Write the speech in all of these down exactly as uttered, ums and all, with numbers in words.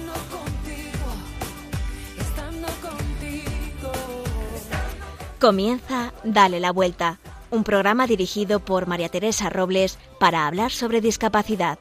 Comienza Dale la Vuelta, un programa dirigido por María Teresa Robles para hablar sobre discapacidad.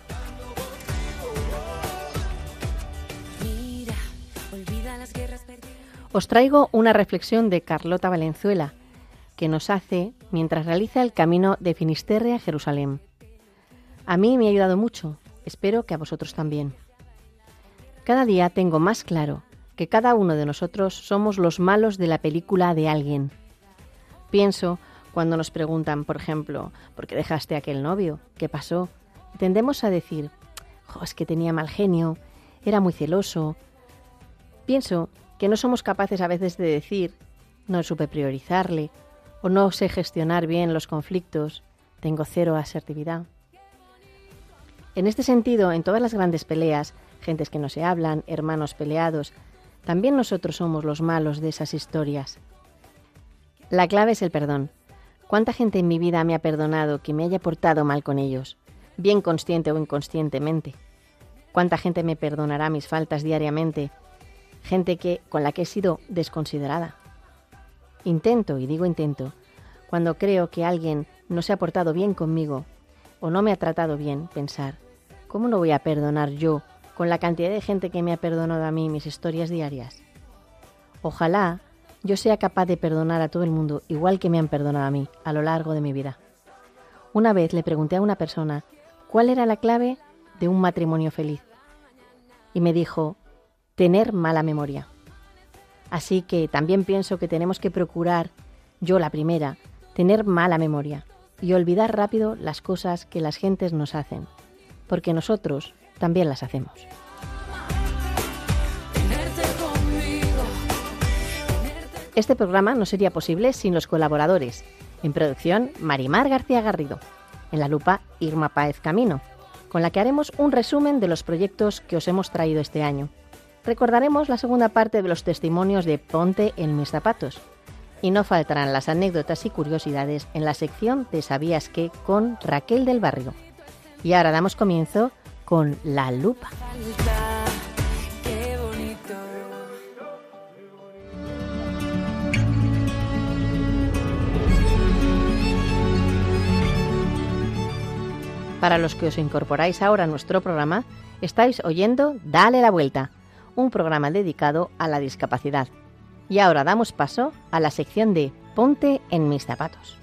Os traigo una reflexión de Carlota Valenzuela, que nos hace mientras realiza el camino de Finisterre a Jerusalén. A mí me ha ayudado mucho, espero que a vosotros también. Cada día tengo más claro que cada uno de nosotros somos los malos de la película de alguien. Pienso cuando nos preguntan, por ejemplo, ¿por qué dejaste a aquel novio? ¿Qué pasó? Y tendemos a decir, jo, es que tenía mal genio, era muy celoso. Pienso que no somos capaces a veces de decir, no supe priorizarle, o no sé gestionar bien los conflictos, tengo cero asertividad. En este sentido, en todas las grandes peleas, gentes que no se hablan, hermanos peleados, también nosotros somos los malos de esas historias. La clave es el perdón. ¿Cuánta gente en mi vida me ha perdonado que me haya portado mal con ellos, bien consciente o inconscientemente? ¿Cuánta gente me perdonará mis faltas diariamente? Gente que, con la que he sido desconsiderada. Intento, y digo intento, cuando creo que alguien no se ha portado bien conmigo o no me ha tratado bien, pensar, ¿cómo no voy a perdonar yo con la cantidad de gente que me ha perdonado a mí mis historias diarias? Ojalá yo sea capaz de perdonar a todo el mundo igual que me han perdonado a mí a lo largo de mi vida. Una vez le pregunté a una persona cuál era la clave de un matrimonio feliz y me dijo, tener mala memoria. Así que también pienso que tenemos que procurar, yo la primera, tener mala memoria y olvidar rápido las cosas que las gentes nos hacen, porque nosotros también las hacemos. Este programa no sería posible sin los colaboradores. En producción, Marimar García Garrido. En la lupa, Irma Páez Camino, con la que haremos un resumen de los proyectos que os hemos traído este año. Recordaremos la segunda parte de los testimonios de Ponte en mis zapatos. Y no faltarán las anécdotas y curiosidades en la sección de ¿Sabías qué? Con Raquel del Barrio. Y ahora damos comienzo con La Lupa. Para los que os incorporáis ahora a nuestro programa, estáis oyendo Dale la Vuelta, un programa dedicado a la discapacidad. Y ahora damos paso a la sección de Ponte en mis zapatos.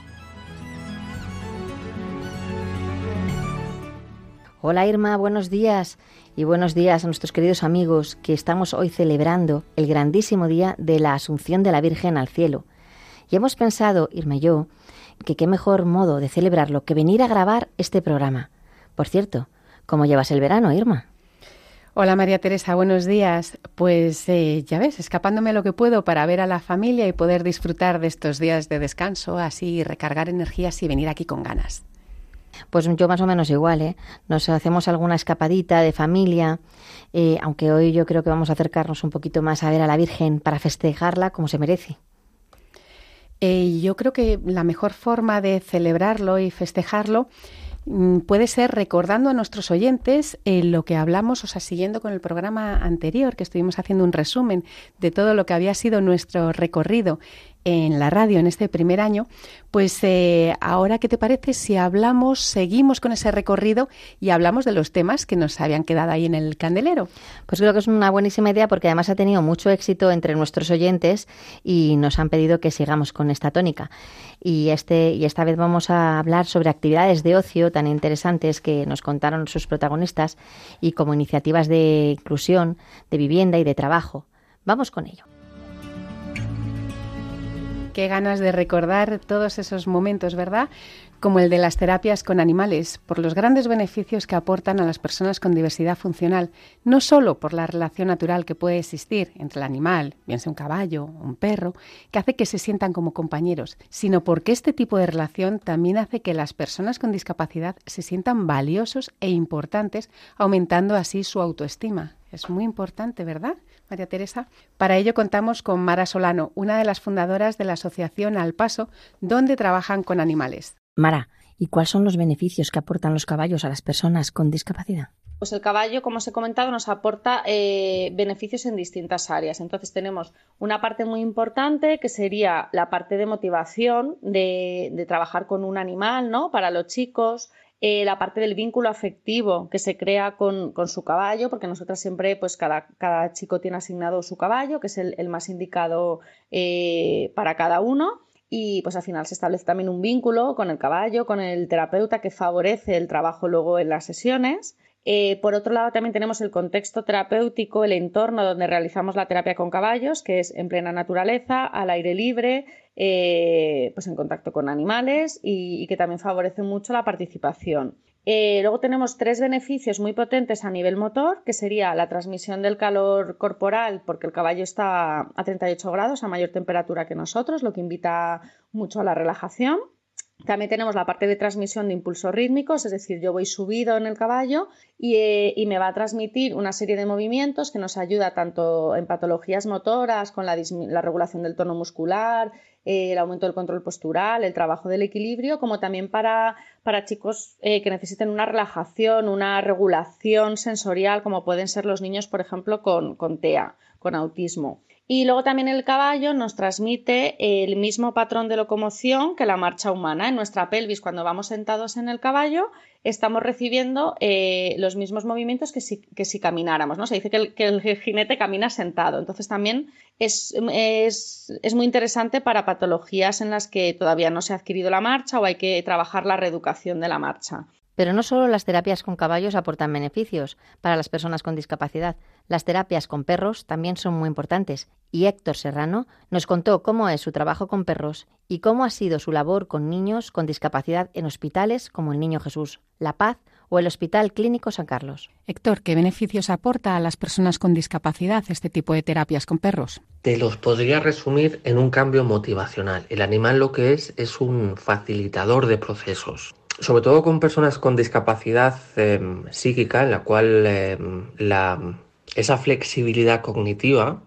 Hola Irma, buenos días y buenos días a nuestros queridos amigos que estamos hoy celebrando el grandísimo día de la Asunción de la Virgen al cielo. Y hemos pensado, Irma y yo, que qué mejor modo de celebrarlo que venir a grabar este programa. Por cierto, ¿cómo llevas el verano, Irma? Hola María Teresa, buenos días. Pues eh, ya ves, escapándome lo que puedo para ver a la familia y poder disfrutar de estos días de descanso, así recargar energías y venir aquí con ganas. Pues yo más o menos igual, ¿eh? Nos hacemos alguna escapadita de familia, eh, aunque hoy yo creo que vamos a acercarnos un poquito más a ver a la Virgen para festejarla como se merece. Eh, yo creo que la mejor forma de celebrarlo y festejarlo puede ser recordando a nuestros oyentes eh, lo que hablamos, o sea, siguiendo con el programa anterior, que estuvimos haciendo un resumen de todo lo que había sido nuestro recorrido en la radio en este primer año, pues eh, ahora, ¿qué te parece si hablamos, seguimos con ese recorrido y hablamos de los temas que nos habían quedado ahí en el candelero? Pues creo que es una buenísima idea porque además ha tenido mucho éxito entre nuestros oyentes y nos han pedido que sigamos con esta tónica. Y, este, y esta vez vamos a hablar sobre actividades de ocio tan interesantes que nos contaron sus protagonistas y como iniciativas de inclusión, de vivienda y de trabajo. Vamos con ello. Qué ganas de recordar todos esos momentos, ¿verdad? Como el de las terapias con animales, por los grandes beneficios que aportan a las personas con diversidad funcional, no solo por la relación natural que puede existir entre el animal, bien sea un caballo, un perro, que hace que se sientan como compañeros, sino porque este tipo de relación también hace que las personas con discapacidad se sientan valiosos e importantes, aumentando así su autoestima. Es muy importante, ¿verdad, María Teresa? Para ello contamos con Mara Solano, una de las fundadoras de la asociación Al Paso, donde trabajan con animales. Mara, ¿Y cuáles son los beneficios que aportan los caballos a las personas con discapacidad? Pues el caballo, como os he comentado, nos aporta eh, beneficios en distintas áreas. Entonces tenemos una parte muy importante que sería la parte de motivación de, de trabajar con un animal, ¿no? Para los chicos. Eh, la parte del vínculo afectivo que se crea con, con su caballo, porque nosotras siempre, pues cada, cada chico tiene asignado su caballo, que es el, el más indicado eh, para cada uno. Y pues al final se establece también un vínculo con el caballo, con el terapeuta, que favorece el trabajo luego en las sesiones. Eh, por otro lado, también tenemos el contexto terapéutico, el entorno donde realizamos la terapia con caballos, que es en plena naturaleza, al aire libre, eh, pues en contacto con animales y, y que también favorece mucho la participación. Eh, luego tenemos tres beneficios muy potentes a nivel motor, que sería la transmisión del calor corporal, porque el caballo está a treinta y ocho grados, a mayor temperatura que nosotros, lo que invita mucho a la relajación. También tenemos la parte de transmisión de impulsos rítmicos, es decir, yo voy subido en el caballo y, eh, y me va a transmitir una serie de movimientos que nos ayuda tanto en patologías motoras, con la, la regulación del tono muscular, eh, el aumento del control postural, el trabajo del equilibrio, como también para, para chicos eh, que necesiten una relajación, una regulación sensorial, como pueden ser los niños, por ejemplo, con, con T E A, con autismo. Y luego también el caballo nos transmite el mismo patrón de locomoción que la marcha humana. En nuestra pelvis, cuando vamos sentados en el caballo, estamos recibiendo eh, los mismos movimientos que si, que si camináramos, ¿no? Se dice que el, que el jinete camina sentado. Entonces también es, es, es muy interesante para patologías en las que todavía no se ha adquirido la marcha o hay que trabajar la reeducación de la marcha. Pero no solo las terapias con caballos aportan beneficios para las personas con discapacidad. Las terapias con perros también son muy importantes. Y Héctor Serrano nos contó cómo es su trabajo con perros y cómo ha sido su labor con niños con discapacidad en hospitales como el Niño Jesús, La Paz o el Hospital Clínico San Carlos. Héctor, ¿qué beneficios aporta a las personas con discapacidad este tipo de terapias con perros? Te los podría resumir en un cambio motivacional. El animal lo que es es un facilitador de procesos. Sobre todo con personas con discapacidad eh, psíquica, en la cual eh, la, esa flexibilidad cognitiva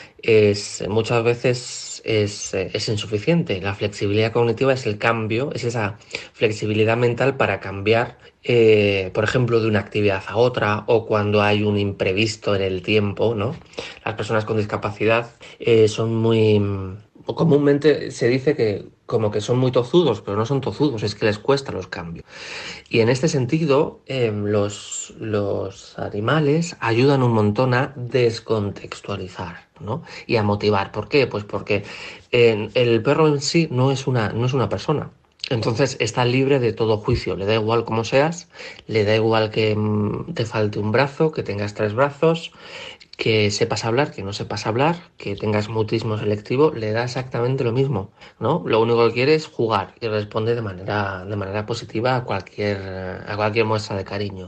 es, muchas veces es, es insuficiente. La flexibilidad cognitiva es el cambio, es esa flexibilidad mental para cambiar, eh, por ejemplo, de una actividad a otra o cuando hay un imprevisto en el tiempo, ¿no? Las personas con discapacidad eh, son muy... Comúnmente se dice que como que son muy tozudos, pero no son tozudos, es que les cuesta los cambios. Y en este sentido, eh, los, los animales ayudan un montón a descontextualizar, ¿no? Y a motivar. ¿Por qué? Pues porque eh, el perro en sí no es una, no es una persona. Entonces está libre de todo juicio, le da igual cómo seas, le da igual que mmm, te falte un brazo, que tengas tres brazos, que sepas hablar, que no sepas hablar, que tengas mutismo selectivo, le da exactamente lo mismo, ¿no? Lo único que quiere es jugar y responde de manera, de manera positiva a cualquier, a cualquier muestra de cariño.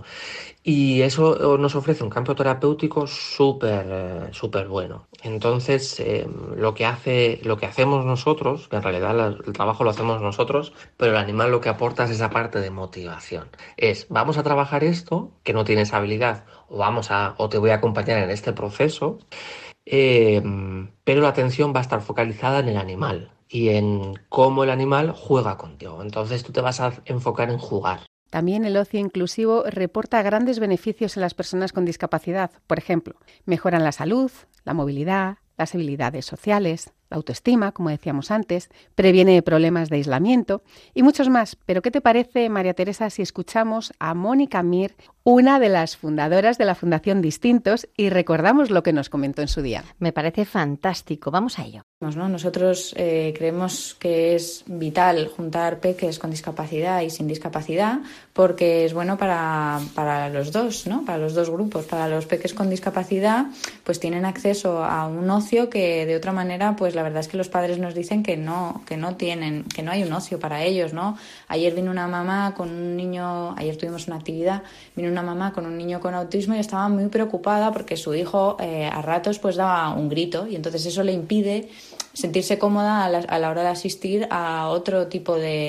Y eso nos ofrece un campo terapéutico súper eh, súper bueno. Entonces, eh, lo que hace, lo que hacemos nosotros, que en realidad la, el trabajo lo hacemos nosotros, pero el animal lo que aporta es esa parte de motivación. Es, vamos a trabajar esto, que no tienes habilidad, o vamos a, o te voy a acompañar en este proceso, eh, pero la atención va a estar focalizada en el animal y en cómo el animal juega contigo. Entonces tú te vas a enfocar en jugar. También el ocio inclusivo reporta grandes beneficios en las personas con discapacidad. Por ejemplo, mejoran la salud, la movilidad, las habilidades sociales, la autoestima, como decíamos antes, previene problemas de aislamiento y muchos más. Pero ¿qué te parece, María Teresa, si escuchamos a Mónica Mir, una de las fundadoras de la Fundación Distintos, y recordamos lo que nos comentó en su día? Me parece fantástico. Vamos a ello. ¿No? Nosotros eh, creemos que es vital juntar peques con discapacidad y sin discapacidad porque es bueno para, para los dos, ¿no? Para los dos grupos. Para los peques con discapacidad pues tienen acceso a un ocio que de otra manera pues la verdad es que los padres nos dicen que no, que no tienen, que no hay un ocio para ellos, ¿no? Ayer vino una mamá con un niño, ayer tuvimos una actividad, vino una mamá con un niño con autismo y estaba muy preocupada porque su hijo eh, a ratos pues daba un grito y entonces eso le impide sentirse cómoda a la, a la hora de asistir a otro tipo de,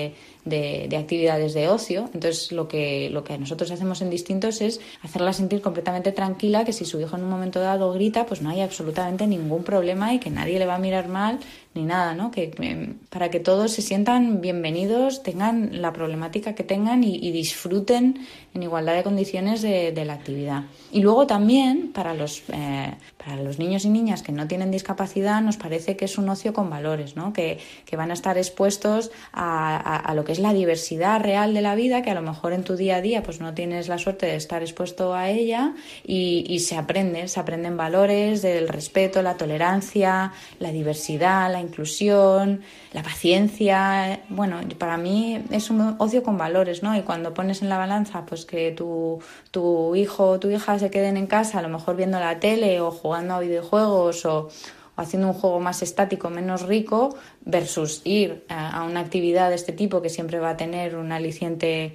de, de actividades de ocio. Entonces lo que, lo que nosotros hacemos en Distintos es hacerla sentir completamente tranquila, que si su hijo en un momento dado grita, pues no hay absolutamente ningún problema y que nadie le va a mirar mal ni nada, ¿no? Que, que para que todos se sientan bienvenidos, tengan la problemática que tengan y, y disfruten en igualdad de condiciones de, de la actividad. Y luego también para los eh, para los niños y niñas que no tienen discapacidad nos parece que es un ocio con valores, ¿no? Que, que van a estar expuestos a, a, a lo que es la diversidad real de la vida, que a lo mejor en tu día a día pues no tienes la suerte de estar expuesto a ella y, y se aprende, se aprenden valores del respeto, la tolerancia, la diversidad, la inclusión, la paciencia. Bueno, para mí es un ocio con valores, ¿no? Y cuando pones en la balanza pues que tu, tu hijo o tu hija se queden en casa a lo mejor viendo la tele o jugando a videojuegos o, o haciendo un juego más estático, menos rico, versus ir a, a una actividad de este tipo que siempre va a tener un aliciente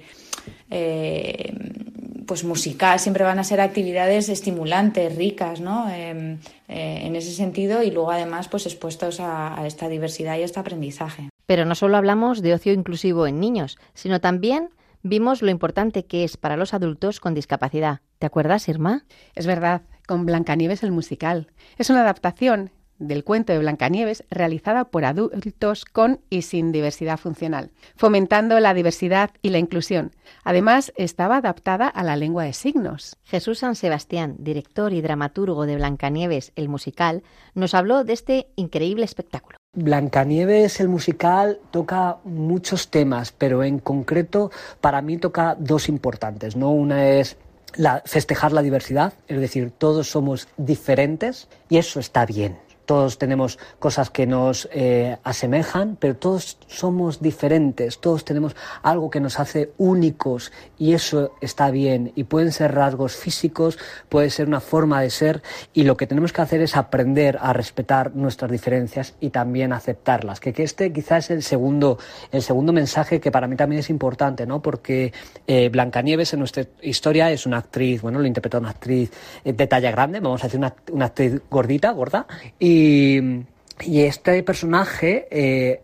eh, pues musical, siempre van a ser actividades estimulantes, ricas, ¿no? Eh, eh, en ese sentido, y luego además pues expuestos a, a esta diversidad y a este aprendizaje. Pero no solo hablamos de ocio inclusivo en niños, sino también vimos lo importante que es para los adultos con discapacidad. ¿Te acuerdas, Irma? Es verdad, con Blancanieves el musical. Es una adaptación del cuento de Blancanieves realizada por adultos con y sin diversidad funcional, fomentando la diversidad y la inclusión. Además, estaba adaptada a la lengua de signos. Jesús San Sebastián, director y dramaturgo de Blancanieves el musical, nos habló de este increíble espectáculo. Blancanieves el musical toca muchos temas, pero en concreto para mí toca dos importantes, ¿no? Una es la, festejar la diversidad, es decir, todos somos diferentes y eso está bien. Todos tenemos cosas que nos eh, asemejan, pero todos somos diferentes, todos tenemos algo que nos hace únicos y eso está bien. Y pueden ser rasgos físicos, puede ser una forma de ser y lo que tenemos que hacer es aprender a respetar nuestras diferencias y también aceptarlas. Que, que este quizás es el segundo, el segundo mensaje que para mí también es importante, ¿no? Porque eh, Blancanieves en nuestra historia es una actriz, bueno, lo interpreta una actriz de talla grande, vamos a decir una, una actriz gordita, gorda, y Y, y este personaje eh,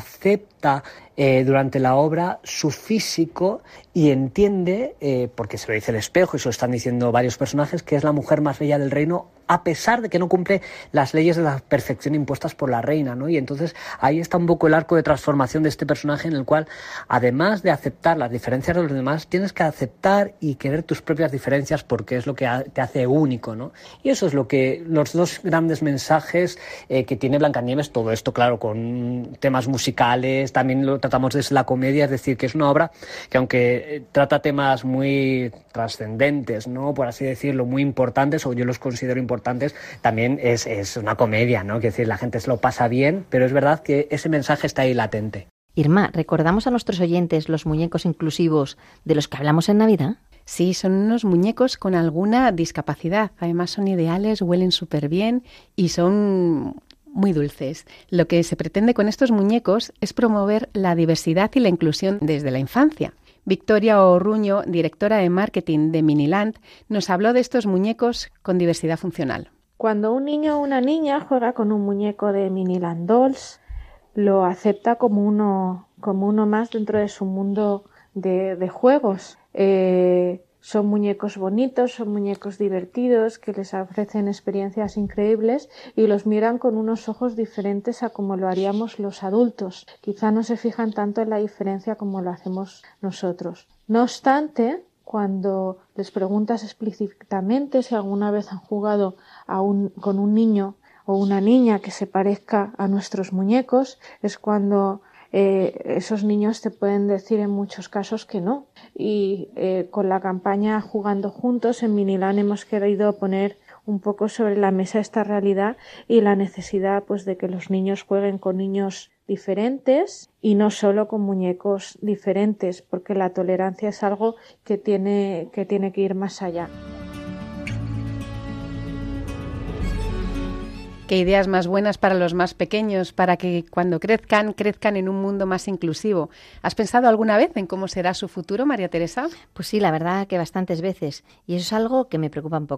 acepta eh, durante la obra su físico y entiende, eh, porque se lo dice el espejo y se lo están diciendo varios personajes, que es la mujer más bella del reino, a pesar de que no cumple las leyes de la perfección impuestas por la reina, ¿no? Y entonces ahí está un poco el arco de transformación de este personaje en el cual, además de aceptar las diferencias de los demás, tienes que aceptar y querer tus propias diferencias porque es lo que te hace único, ¿no? Y eso es lo que los dos grandes mensajes eh, que tiene Blancanieves, todo esto, claro, con temas musicales, también lo tratamos desde la comedia, es decir, que es una obra que aunque trata temas muy trascendentes, ¿no? Por así decirlo, muy importantes, o yo los considero importantes, también es, es una comedia, ¿no? Quiero decir, la gente se lo pasa bien, pero es verdad que ese mensaje está ahí latente. Irma, ¿recordamos a nuestros oyentes los muñecos inclusivos de los que hablamos en Navidad? Sí, son unos muñecos con alguna discapacidad. Además son ideales, huelen súper bien y son muy dulces. Lo que se pretende con estos muñecos es promover la diversidad y la inclusión desde la infancia. Victoria Orruño, directora de marketing de Miniland, nos habló de estos muñecos con diversidad funcional. Cuando un niño o una niña juega con un muñeco de Miniland Dolls, lo acepta como uno, como uno más dentro de su mundo de, de juegos. Eh, son muñecos bonitos, son muñecos divertidos que les ofrecen experiencias increíbles y los miran con unos ojos diferentes a como lo haríamos los adultos. Quizá no se fijan tanto en la diferencia como lo hacemos nosotros. No obstante, cuando les preguntas explícitamente si alguna vez han jugado a un, con un niño o una niña que se parezca a nuestros muñecos, es cuando eh, esos niños te pueden decir en muchos casos que no. Y eh, con la campaña Jugando Juntos en Miniland hemos querido poner un poco sobre la mesa esta realidad y la necesidad pues de que los niños jueguen con niños diferentes y no solo con muñecos diferentes, porque la tolerancia es algo que tiene que, tiene que ir más allá. Qué ideas más buenas para los más pequeños, para que cuando crezcan, crezcan en un mundo más inclusivo. ¿Has pensado alguna vez en cómo será su futuro, María Teresa? Pues sí, la verdad que bastantes veces. Y eso es algo que me preocupa un poco.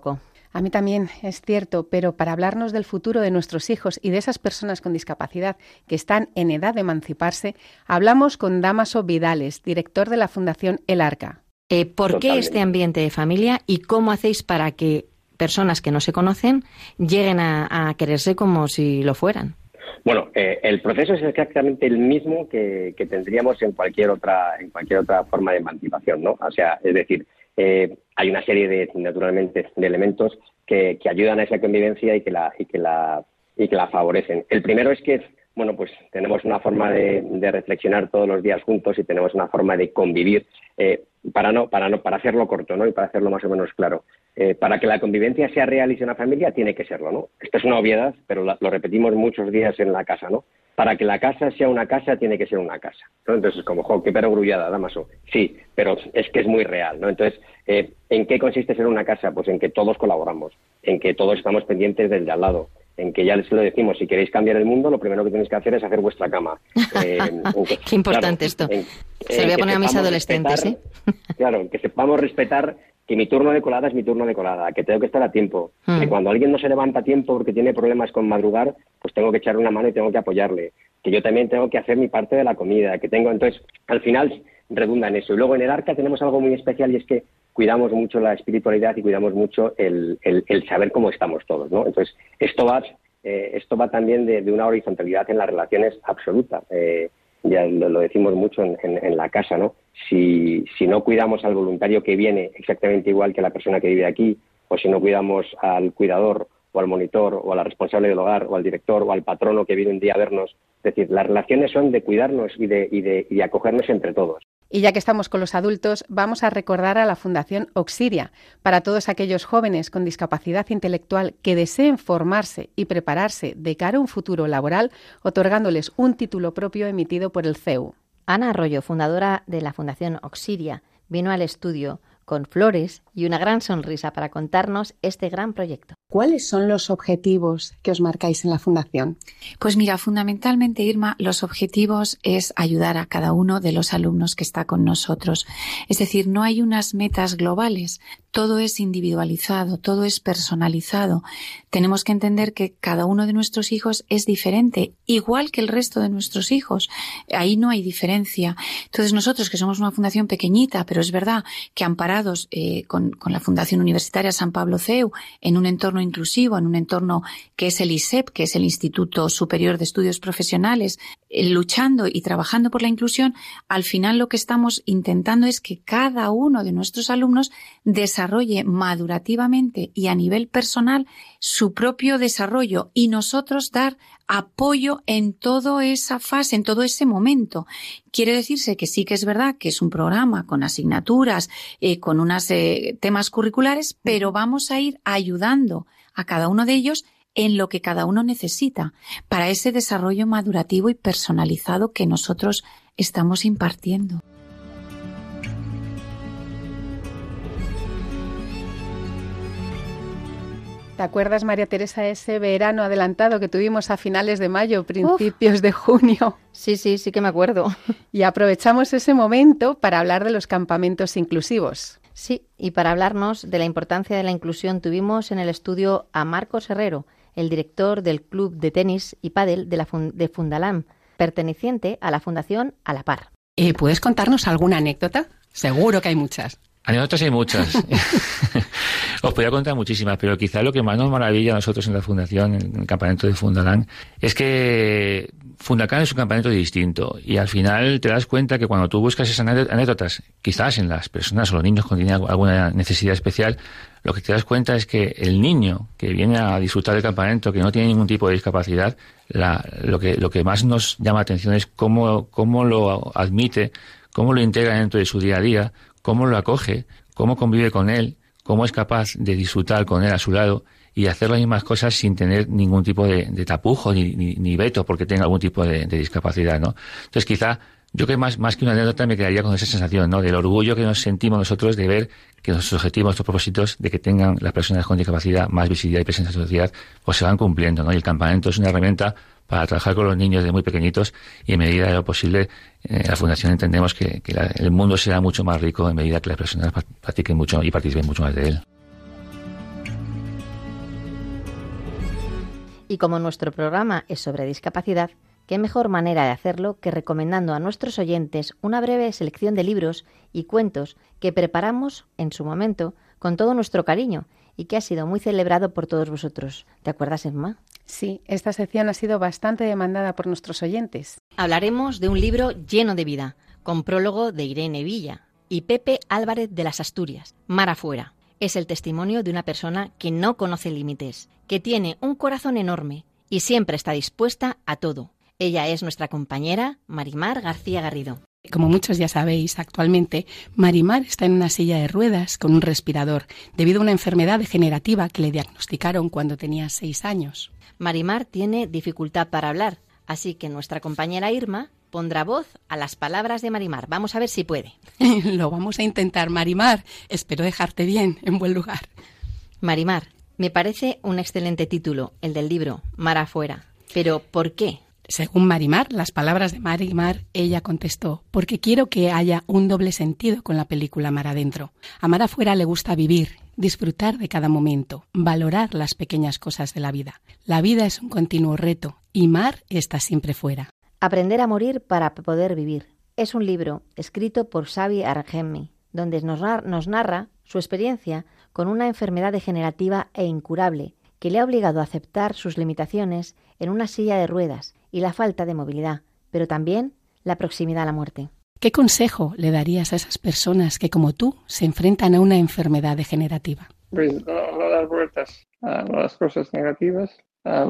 A mí también, es cierto, pero para hablarnos del futuro de nuestros hijos y de esas personas con discapacidad que están en edad de emanciparse, hablamos con Dámaso Vidales, director de la Fundación El Arca. Eh, ¿Por qué este ambiente de familia y cómo hacéis para que personas que no se conocen lleguen a, a quererse como si lo fueran? Bueno, eh, el proceso es exactamente el mismo que, que tendríamos en cualquier otra en cualquier otra forma de emancipación, ¿no? O sea, es decir, eh, hay una serie de, naturalmente, de elementos que, que ayudan a esa convivencia y que la y que la y que la favorecen. El primero es que, bueno, pues tenemos una forma de, de reflexionar todos los días juntos y tenemos una forma de convivir eh, para no para no para hacerlo corto, ¿no? Y para hacerlo más o menos claro. Eh, para que la convivencia sea real y sea una familia, tiene que serlo, ¿no? Esto es una obviedad, pero la, lo repetimos muchos días en la casa, ¿no? Para que la casa sea una casa, tiene que ser una casa, ¿no? Entonces, como, jo, qué perogrullada, Dámaso. Sí, pero es que es muy real, ¿no? Entonces, eh, ¿en qué consiste ser una casa? Pues en que todos colaboramos, en que todos estamos pendientes del de al lado, en que ya les lo decimos, si queréis cambiar el mundo, lo primero que tenéis que hacer es hacer vuestra cama. Eh, que, qué importante, claro, esto. En, Se lo voy a poner a mis adolescentes, ¿eh? Claro, que sepamos respetar que mi turno de colada es mi turno de colada, que tengo que estar a tiempo, mm. que cuando alguien no se levanta a tiempo porque tiene problemas con madrugar, pues tengo que echarle una mano y tengo que apoyarle, que yo también tengo que hacer mi parte de la comida, que tengo, entonces, al final redunda en eso. Y luego en el Arca tenemos algo muy especial y es que cuidamos mucho la espiritualidad y cuidamos mucho el, el, el saber cómo estamos todos, ¿no? Entonces, esto va, eh, esto va también de, de una horizontalidad en las relaciones absoluta. Eh, ya lo, lo decimos mucho en, en, en la casa, ¿no? Si, si no cuidamos al voluntario que viene exactamente igual que la persona que vive aquí, o si no cuidamos al cuidador o al monitor o a la responsable del hogar o al director o al patrono que viene un día a vernos, es decir, las relaciones son de cuidarnos y de, y de, y de acogernos entre todos. Y ya que estamos con los adultos, vamos a recordar a la Fundación Oxiria, para todos aquellos jóvenes con discapacidad intelectual que deseen formarse y prepararse de cara a un futuro laboral, otorgándoles un título propio emitido por el C E U. Ana Arroyo, fundadora de la Fundación Oxiria, vino al estudio con flores y una gran sonrisa para contarnos este gran proyecto. ¿Cuáles son los objetivos que os marcáis en la Fundación? Pues mira, fundamentalmente, Irma, los objetivos es ayudar a cada uno de los alumnos que está con nosotros. Es decir, no hay unas metas globales, todo es individualizado, todo es personalizado. Tenemos que entender que cada uno de nuestros hijos es diferente, igual que el resto de nuestros hijos. Ahí no hay diferencia. Entonces nosotros, que somos una fundación pequeñita, pero es verdad que amparados eh, con, con la Fundación Universitaria San Pablo C E U en un entorno inclusivo, en un entorno que es el I S E P, que es el Instituto Superior de Estudios Profesionales, eh, luchando y trabajando por la inclusión, al final lo que estamos intentando es que cada uno de nuestros alumnos desarrolle madurativamente y a nivel personal su propio desarrollo y nosotros dar apoyo en toda esa fase, en todo ese momento. Quiere decirse que sí que es verdad que es un programa con asignaturas, eh, con unos eh, temas curriculares, pero vamos a ir ayudando a cada uno de ellos en lo que cada uno necesita para ese desarrollo madurativo y personalizado que nosotros estamos impartiendo. ¿Te acuerdas, María Teresa, ese verano adelantado que tuvimos a finales de mayo, principios Uf. de junio? Sí, sí, sí que me acuerdo. Y aprovechamos ese momento para hablar de los campamentos inclusivos. Sí, y para hablarnos de la importancia de la inclusión tuvimos en el estudio a Marcos Herrero, el director del Club de Tenis y Pádel de, la fund- de Fundalam, perteneciente a la Fundación A la Par. Eh, ¿Puedes contarnos alguna anécdota? Seguro que hay muchas. Anécdotas hay muchas. Os podría contar muchísimas, pero quizá lo que más nos maravilla a nosotros en la Fundación, en el campamento de Fundalam, es que Fundacan es un campamento distinto y al final te das cuenta que cuando tú buscas esas anécdotas, quizás en las personas o los niños que tienen alguna necesidad especial, lo que te das cuenta es que el niño que viene a disfrutar del campamento, que no tiene ningún tipo de discapacidad, la, lo que lo que más nos llama la atención es cómo, cómo lo admite, cómo lo integra dentro de su día a día, cómo lo acoge, cómo convive con él, cómo es capaz de disfrutar con él a su lado y hacer las mismas cosas sin tener ningún tipo de, de tapujo ni, ni, ni veto porque tenga algún tipo de, de discapacidad, ¿no? Entonces quizá yo que más, más que una anécdota me quedaría con esa sensación, ¿no? Del orgullo que nos sentimos nosotros de ver que nuestros objetivos, nuestros propósitos de que tengan las personas con discapacidad más visibilidad y presencia en la sociedad, pues se van cumpliendo, ¿no? Y el campamento es una herramienta para trabajar con los niños de muy pequeñitos y en medida de lo posible, en la Fundación entendemos que, que la, el mundo será mucho más rico en medida que las personas practiquen mucho y participen mucho más de él. Y como nuestro programa es sobre discapacidad, qué mejor manera de hacerlo que recomendando a nuestros oyentes una breve selección de libros y cuentos que preparamos en su momento con todo nuestro cariño y que ha sido muy celebrado por todos vosotros. ¿Te acuerdas, Emma? Sí, esta sección ha sido bastante demandada por nuestros oyentes. Hablaremos de un libro lleno de vida, con prólogo de Irene Villa y Pepe Álvarez de las Asturias, Mar afuera. Es el testimonio de una persona que no conoce límites, que tiene un corazón enorme y siempre está dispuesta a todo. Ella es nuestra compañera Marimar García Garrido. Como muchos ya sabéis, actualmente Marimar está en una silla de ruedas con un respirador debido a una enfermedad degenerativa que le diagnosticaron cuando tenía seis años. Marimar tiene dificultad para hablar, así que nuestra compañera Irma pondrá voz a las palabras de Marimar. Vamos a ver si puede. Lo vamos a intentar, Marimar. Espero dejarte bien, en buen lugar. Marimar, me parece un excelente título, el del libro, Mar afuera. Pero, ¿por qué? Según Marimar, las palabras de Marimar, ella contestó, porque quiero que haya un doble sentido con la película Mar adentro. A Mar afuera le gusta vivir, disfrutar de cada momento, valorar las pequeñas cosas de la vida. La vida es un continuo reto y Mar está siempre fuera. Aprender a morir para poder vivir. Es un libro escrito por Xavi Argemi, donde nos, nos narra su experiencia con una enfermedad degenerativa e incurable que le ha obligado a aceptar sus limitaciones en una silla de ruedas y la falta de movilidad, pero también la proximidad a la muerte. ¿Qué consejo le darías a esas personas que, como tú, se enfrentan a una enfermedad degenerativa? Pues no, no dar vueltas a las cosas negativas, a,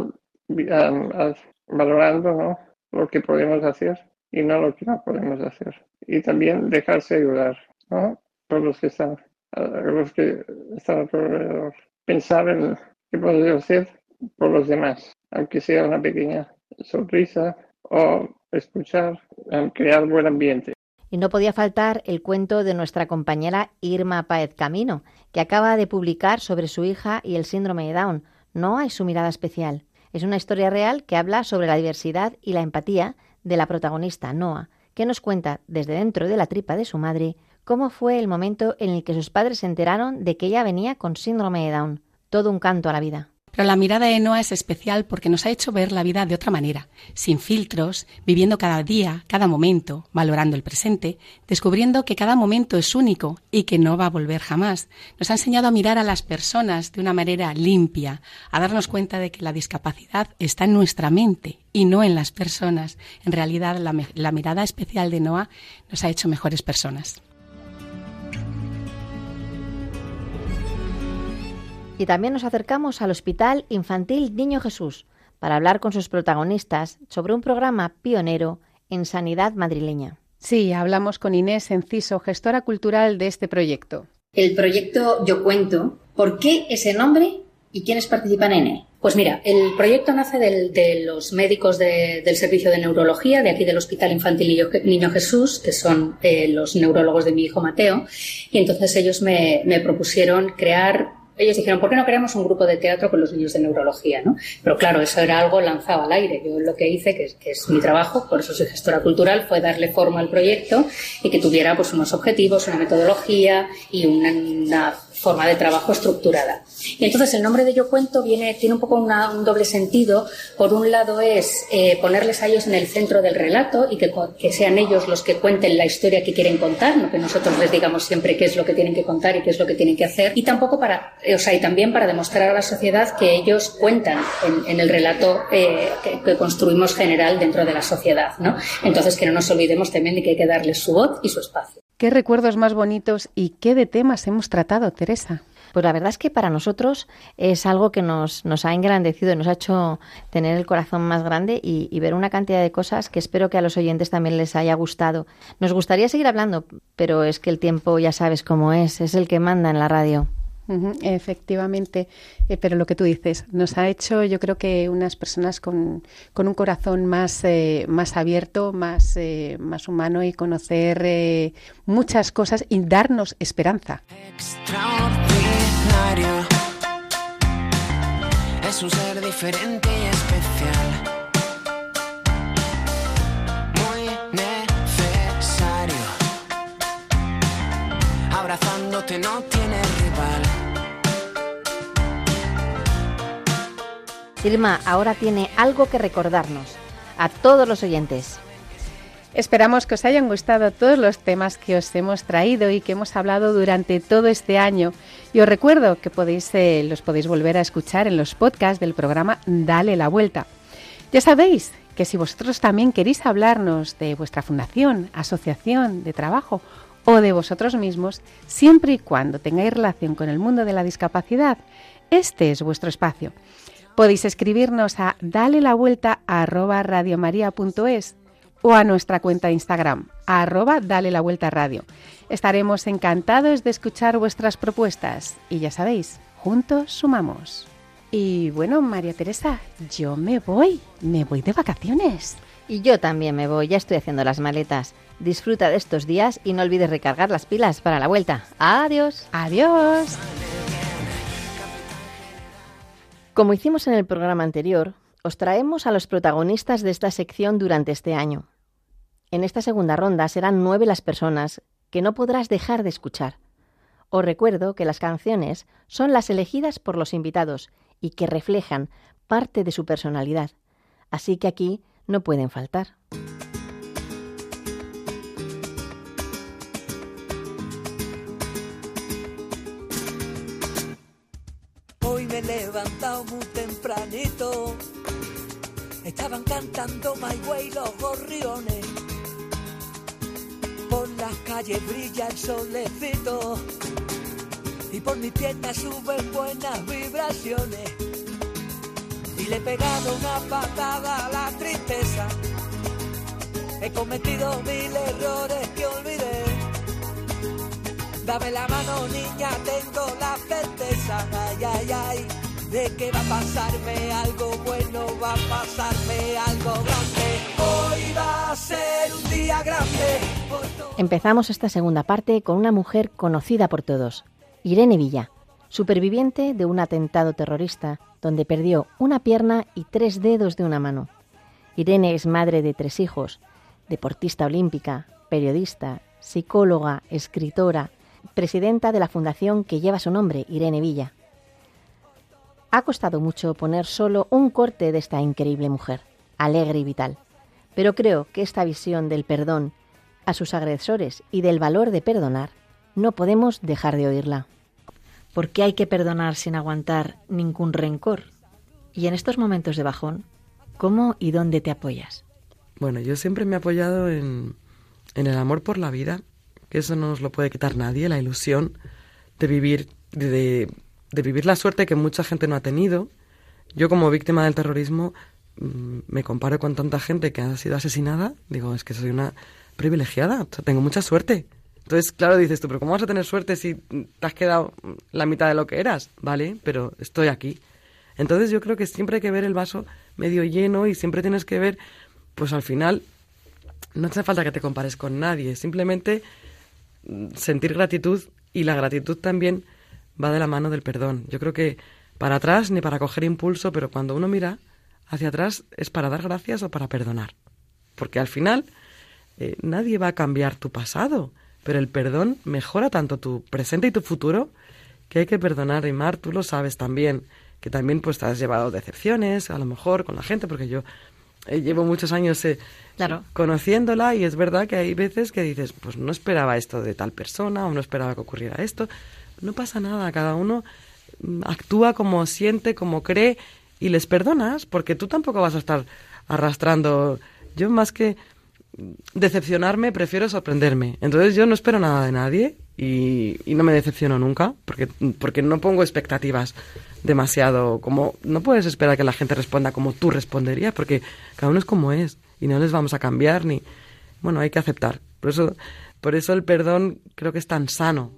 a, a, valorando, ¿no?, lo que podemos hacer y no lo que no podemos hacer. Y también dejarse ayudar, ¿no?, por los que están, los que están alrededor. Pensar en qué podemos hacer por los demás, aunque sea una pequeña sonrisa o escuchar, crear buen ambiente. Y no podía faltar el cuento de nuestra compañera Irma Páez Camino, que acaba de publicar sobre su hija y el síndrome de Down, Noa y su mirada especial. Es una historia real que habla sobre la diversidad y la empatía de la protagonista, Noa, que nos cuenta desde dentro de la tripa de su madre cómo fue el momento en el que sus padres se enteraron de que ella venía con síndrome de Down. Todo un canto a la vida. Pero la mirada de Noa es especial porque nos ha hecho ver la vida de otra manera, sin filtros, viviendo cada día, cada momento, valorando el presente, descubriendo que cada momento es único y que no va a volver jamás. Nos ha enseñado a mirar a las personas de una manera limpia, a darnos cuenta de que la discapacidad está en nuestra mente y no en las personas. En realidad, la, la mirada especial de Noa nos ha hecho mejores personas. Y también nos acercamos al Hospital Infantil Niño Jesús para hablar con sus protagonistas sobre un programa pionero en sanidad madrileña. Sí, hablamos con Inés Enciso, gestora cultural de este proyecto. El proyecto Yo Cuento, ¿por qué ese nombre y quiénes participan en él? Pues mira, el proyecto nace del, de los médicos de, del servicio de neurología de aquí del Hospital Infantil Niño Jesús, que son eh, los neurólogos de mi hijo Mateo, y entonces ellos me, me propusieron crear. Ellos dijeron, ¿por qué no creamos un grupo de teatro con los niños de neurología, ¿no? Pero claro, eso era algo lanzado al aire. Yo lo que hice, que es, que es mi trabajo, por eso soy gestora cultural, fue darle forma al proyecto y que tuviera pues unos objetivos, una metodología y una, una forma de trabajo estructurada. Y entonces el nombre de Yo Cuento viene, tiene un poco una, un doble sentido. Por un lado es eh, ponerles a ellos en el centro del relato y que, que sean ellos los que cuenten la historia que quieren contar, no que nosotros les digamos siempre qué es lo que tienen que contar y qué es lo que tienen que hacer. Y tampoco para, o sea, y también para demostrar a la sociedad que ellos cuentan en, en el relato eh, que, que construimos general dentro de la sociedad, ¿no? Entonces que no nos olvidemos también de que hay que darles su voz y su espacio. ¿Qué recuerdos más bonitos y qué de temas hemos tratado, Teresa? Pues la verdad es que para nosotros es algo que nos, nos ha engrandecido, nos ha hecho tener el corazón más grande y, y ver una cantidad de cosas que espero que a los oyentes también les haya gustado. Nos gustaría seguir hablando, pero es que el tiempo ya sabes cómo es, es el que manda en la radio. Uh-huh, efectivamente, eh, pero lo que tú dices, nos ha hecho yo creo que unas personas con, con un corazón más, eh, más abierto, más, eh, más humano y conocer eh, muchas cosas y darnos esperanza. Extraordinario, es un ser diferente y especial, muy necesario, abrazándote no tiene rival. Irma ahora tiene algo que recordarnos a todos los oyentes. Esperamos que os hayan gustado todos los temas que os hemos traído y que hemos hablado durante todo este año. Y os recuerdo que podéis, eh, los podéis volver a escuchar en los podcasts del programa Dale la Vuelta. Ya sabéis que si vosotros también queréis hablarnos de vuestra fundación, asociación de trabajo o de vosotros mismos, siempre y cuando tengáis relación con el mundo de la discapacidad, este es vuestro espacio. Podéis escribirnos a dalelavuelta arroba radiomaria.es o a nuestra cuenta de Instagram, arroba Dale la Vuelta Radio. Estaremos encantados de escuchar vuestras propuestas y ya sabéis, juntos sumamos. Y bueno, María Teresa, yo me voy, me voy de vacaciones. Y yo también me voy, ya estoy haciendo las maletas. Disfruta de estos días y no olvides recargar las pilas para la vuelta. Adiós. Adiós. Como hicimos en el programa anterior, os traemos a los protagonistas de esta sección durante este año. En esta segunda ronda serán nueve las personas que no podrás dejar de escuchar. Os recuerdo que las canciones son las elegidas por los invitados y que reflejan parte de su personalidad, así que aquí no pueden faltar. Hoy me he levantado muy tempranito, estaban cantando My Way los gorriones, por las calles brilla el solecito y por mis piernas suben buenas vibraciones, y le he pegado una patada a la tristeza, he cometido mil errores que olvidé, dame la mano niña, tengo la certeza, ay, ay, ay, de que va a pasarme algo bueno, va a pasarme algo grande, hoy va a ser un día grande. Empezamos esta segunda parte con una mujer conocida por todos, Irene Villa, superviviente de un atentado terrorista donde perdió una pierna y tres dedos de una mano. Irene es madre de tres hijos, deportista olímpica, periodista, psicóloga, escritora, presidenta de la fundación que lleva su nombre, Irene Villa. Ha costado mucho poner solo un corte de esta increíble mujer, alegre y vital, pero creo que esta visión del perdón a sus agresores y del valor de perdonar, no podemos dejar de oírla. ¿Por qué hay que perdonar sin aguantar ningún rencor? Y en estos momentos de bajón, ¿cómo y dónde te apoyas? Bueno, yo siempre me he apoyado en, en el amor por la vida, que eso no nos lo puede quitar nadie, la ilusión de vivir, de, de vivir la suerte que mucha gente no ha tenido. Yo como víctima del terrorismo mmm, me comparo con tanta gente que ha sido asesinada, digo, es que soy una privilegiada, o sea, tengo mucha suerte. Entonces, claro, dices tú, pero ¿cómo vas a tener suerte si te has quedado la mitad de lo que eras? Vale, pero estoy aquí. Entonces yo creo que siempre hay que ver el vaso medio lleno y siempre tienes que ver, pues al final, no hace falta que te compares con nadie, simplemente sentir gratitud, y la gratitud también va de la mano del perdón. Yo creo que para atrás ni para coger impulso, pero cuando uno mira hacia atrás es para dar gracias o para perdonar. Porque al final eh, nadie va a cambiar tu pasado, pero el perdón mejora tanto tu presente y tu futuro que hay que perdonar. Y Mar, tú lo sabes también, que también pues te has llevado decepciones, a lo mejor con la gente, porque yo eh, llevo muchos años eh, claro. conociéndola, y es verdad que hay veces que dices, pues no esperaba esto de tal persona, o no esperaba que ocurriera esto. No pasa nada, cada uno actúa como siente, como cree, y les perdonas, porque tú tampoco vas a estar arrastrando. Yo más que decepcionarme, prefiero sorprenderme. Entonces yo no espero nada de nadie y, y no me decepciono nunca, porque, porque no pongo expectativas demasiado, como no puedes esperar que la gente responda como tú responderías, porque cada uno es como es y no les vamos a cambiar ni, bueno, hay que aceptar. Por eso, por eso el perdón creo que es tan sano.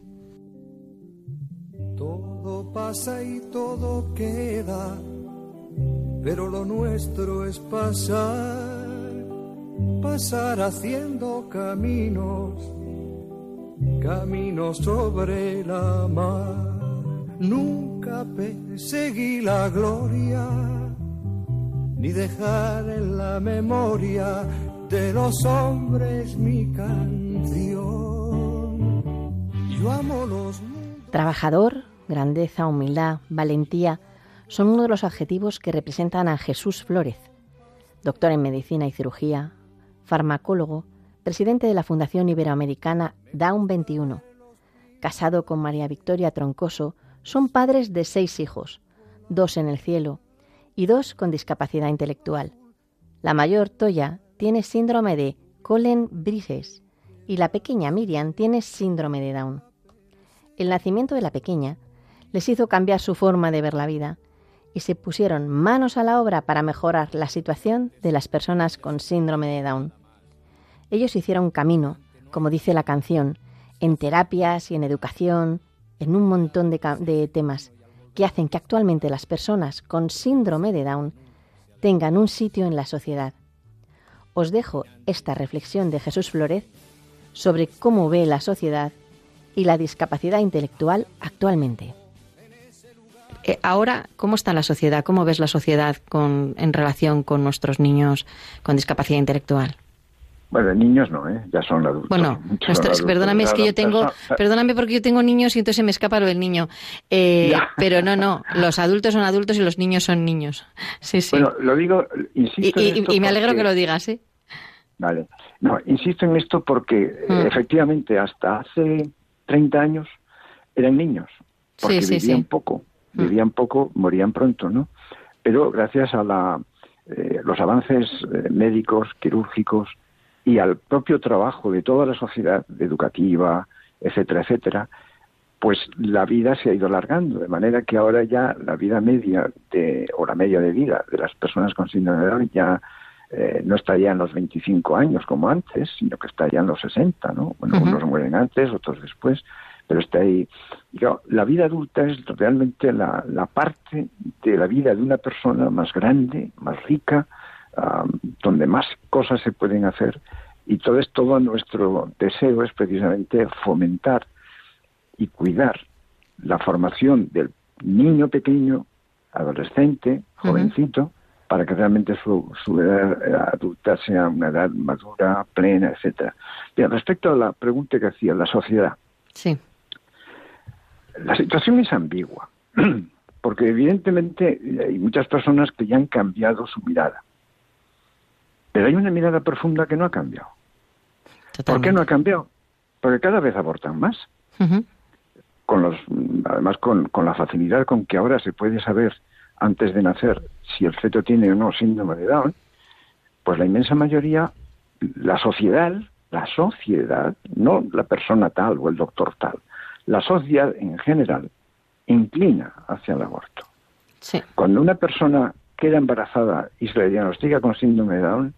Todo pasa y todo queda, pero lo nuestro es pasar, pasar haciendo caminos, caminos sobre la mar. Nunca perseguí la gloria, ni dejar en la memoria de los hombres mi canción. Yo amo los... Trabajador, grandeza, humildad, valentía son uno de los adjetivos que representan a Jesús Flórez, doctor en Medicina y Cirugía, farmacólogo, presidente de la Fundación Iberoamericana Down veintiuno, casado con María Victoria Troncoso, son padres de seis hijos, dos en el cielo y dos con discapacidad intelectual. La mayor, Toya, tiene síndrome de Cohen-Bridges y la pequeña Miriam tiene síndrome de Down. El nacimiento de la pequeña les hizo cambiar su forma de ver la vida y se pusieron manos a la obra para mejorar la situación de las personas con síndrome de Down. Ellos hicieron camino, como dice la canción, en terapias y en educación, en un montón de, de temas que hacen que actualmente las personas con síndrome de Down tengan un sitio en la sociedad. Os dejo esta reflexión de Jesús Flórez sobre cómo ve la sociedad y la discapacidad intelectual actualmente. Eh, ahora, ¿cómo está la sociedad? ¿Cómo ves la sociedad con, en relación con nuestros niños con discapacidad intelectual? Bueno, niños no, ¿eh? Ya son adultos. Bueno, nuestros, adultos, perdóname, es que yo tengo, perdóname porque yo tengo niños y entonces se me escapa lo del niño. Eh, pero no, no, los adultos son adultos y los niños son niños. Sí, sí. Bueno, lo digo, insisto Y, en y, esto y me alegro porque... que lo digas, ¿eh? Vale. No, insisto en esto porque mm. efectivamente hasta hace treinta años eran niños, porque sí, sí, vivían sí. poco, vivían mm. poco, morían pronto, ¿no? Pero gracias a la, eh, los avances eh, médicos, quirúrgicos, y al propio trabajo de toda la sociedad educativa, etcétera, etcétera, pues la vida se ha ido alargando, de manera que ahora ya la vida media de, o la media de vida de las personas con síndrome de Down ya eh, no está ya en los veinticinco años como antes, sino que está ya en los sesenta, ¿no? Bueno, uh-huh. unos mueren antes, otros después, pero está ahí. Y claro, la vida adulta es realmente la, la parte de la vida de una persona más grande, más rica, Um, donde más cosas se pueden hacer, y todo es todo nuestro deseo es precisamente fomentar y cuidar la formación del niño pequeño, adolescente, jovencito, uh-huh. para que realmente su, su edad adulta sea una edad madura, plena, etcétera. Bien, respecto a la pregunta que hacía la sociedad, sí. La situación es ambigua, porque evidentemente hay muchas personas que ya han cambiado su mirada. Pero hay una mirada profunda que no ha cambiado. Totalmente. ¿Por qué no ha cambiado? Porque cada vez abortan más. Uh-huh. Con los, además, con, con la facilidad con que ahora se puede saber antes de nacer si el feto tiene o no síndrome de Down, pues la inmensa mayoría, la sociedad, la sociedad, no la persona tal o el doctor tal, la sociedad en general inclina hacia el aborto. Sí. Cuando una persona queda embarazada y se le diagnostica con síndrome de Down,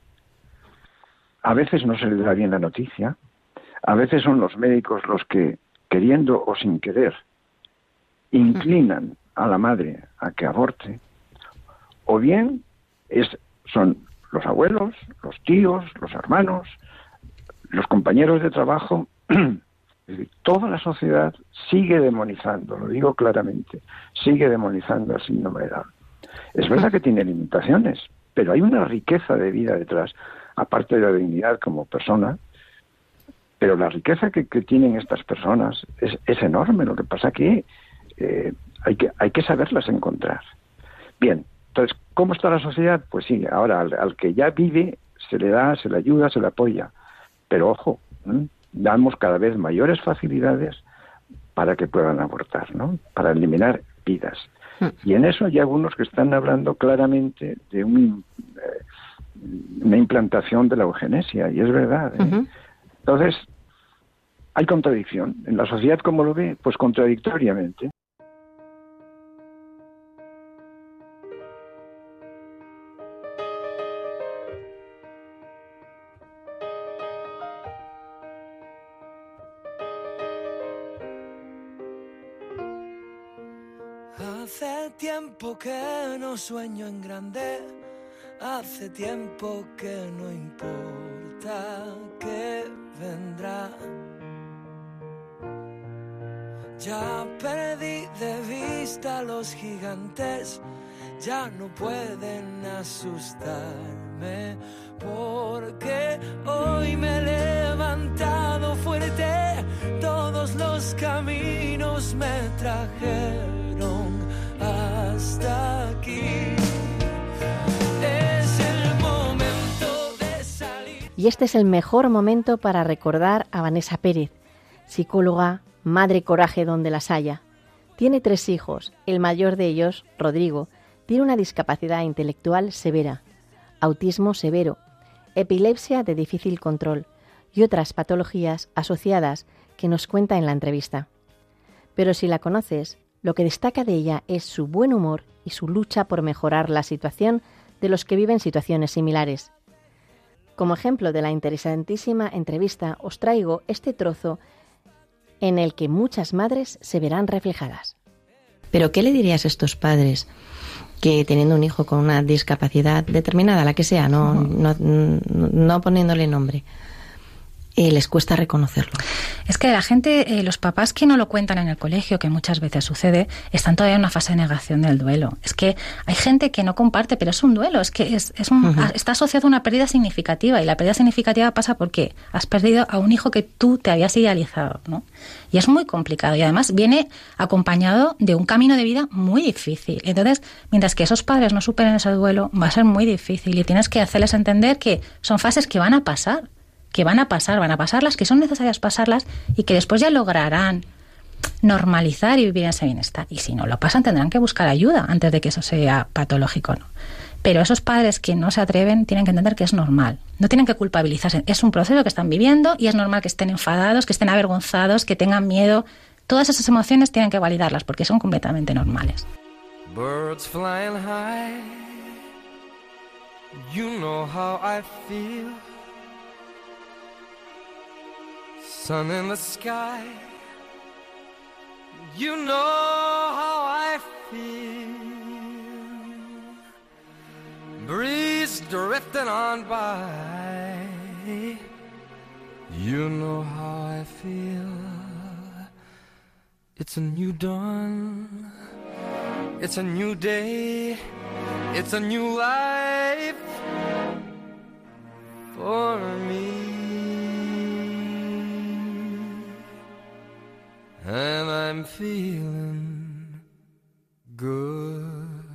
a veces no se le da bien la noticia, a veces son los médicos los que, queriendo o sin querer, inclinan a la madre a que aborte, o bien es, son los abuelos, los tíos, los hermanos, los compañeros de trabajo. Toda la sociedad sigue demonizando, lo digo claramente, sigue demonizando el síndrome de Down. Es verdad que tiene limitaciones, pero hay una riqueza de vida detrás, aparte de la dignidad como persona, pero la riqueza que, que tienen estas personas es, es enorme. Lo que pasa que, eh, hay que hay que saberlas encontrar. Bien, entonces, ¿cómo está la sociedad? Pues sí, ahora al, al que ya vive se le da, se le ayuda, se le apoya, pero ojo, ¿eh? damos cada vez mayores facilidades para que puedan abortar, ¿no? Para eliminar vidas. Y en eso hay algunos que están hablando claramente de un, eh, una implantación de la eugenesia, y es verdad. ¿eh? Uh-huh. Entonces, hay contradicción. En la sociedad, ¿cómo lo ve? Pues contradictoriamente. Hace tiempo que no sueño en grande, hace tiempo que no importa qué vendrá. Ya perdí de vista a los gigantes, ya no pueden asustarme, porque hoy me he levantado fuerte, todos los caminos me trajeron hasta Y este es el mejor momento para recordar a Vanessa Pérez, psicóloga, madre coraje donde las haya. Tiene tres hijos. El mayor de ellos, Rodrigo, tiene una discapacidad intelectual severa, autismo severo, epilepsia de difícil control y otras patologías asociadas que nos cuenta en la entrevista. Pero si la conoces, lo que destaca de ella es su buen humor y su lucha por mejorar la situación de los que viven situaciones similares. Como ejemplo de la interesantísima entrevista, os traigo este trozo en el que muchas madres se verán reflejadas. ¿Pero qué le dirías a estos padres que teniendo un hijo con una discapacidad determinada, la que sea, no, no, no, no poniéndole nombre, eh, les cuesta reconocerlo? Es que la gente, eh, los papás que no lo cuentan en el colegio, que muchas veces sucede, están todavía en una fase de negación del duelo. Es que hay gente que no comparte, pero es un duelo, es que es, es un, uh-huh. está asociado a una pérdida significativa, y la pérdida significativa pasa porque has perdido a un hijo que tú te habías idealizado, ¿no? Y es muy complicado, y además viene acompañado de un camino de vida muy difícil. Entonces, mientras que esos padres no superen ese duelo, va a ser muy difícil, y tienes que hacerles entender que son fases que van a pasar, que van a pasar, van a pasar las que son necesarias pasarlas, y que después ya lograrán normalizar y vivir en ese bienestar. Y si no lo pasan, tendrán que buscar ayuda antes de que eso sea patológico, ¿no? Pero esos padres que no se atreven tienen que entender que es normal. No tienen que culpabilizarse. Es un proceso que están viviendo y es normal que estén enfadados, que estén avergonzados, que tengan miedo. Todas esas emociones tienen que validarlas porque son completamente normales. Birds flying high, you know how I feel. Sun in the sky, you know how I feel. Breeze drifting on by, you know how I feel. It's a new dawn, it's a new day, it's a new life for me. And I'm feeling good.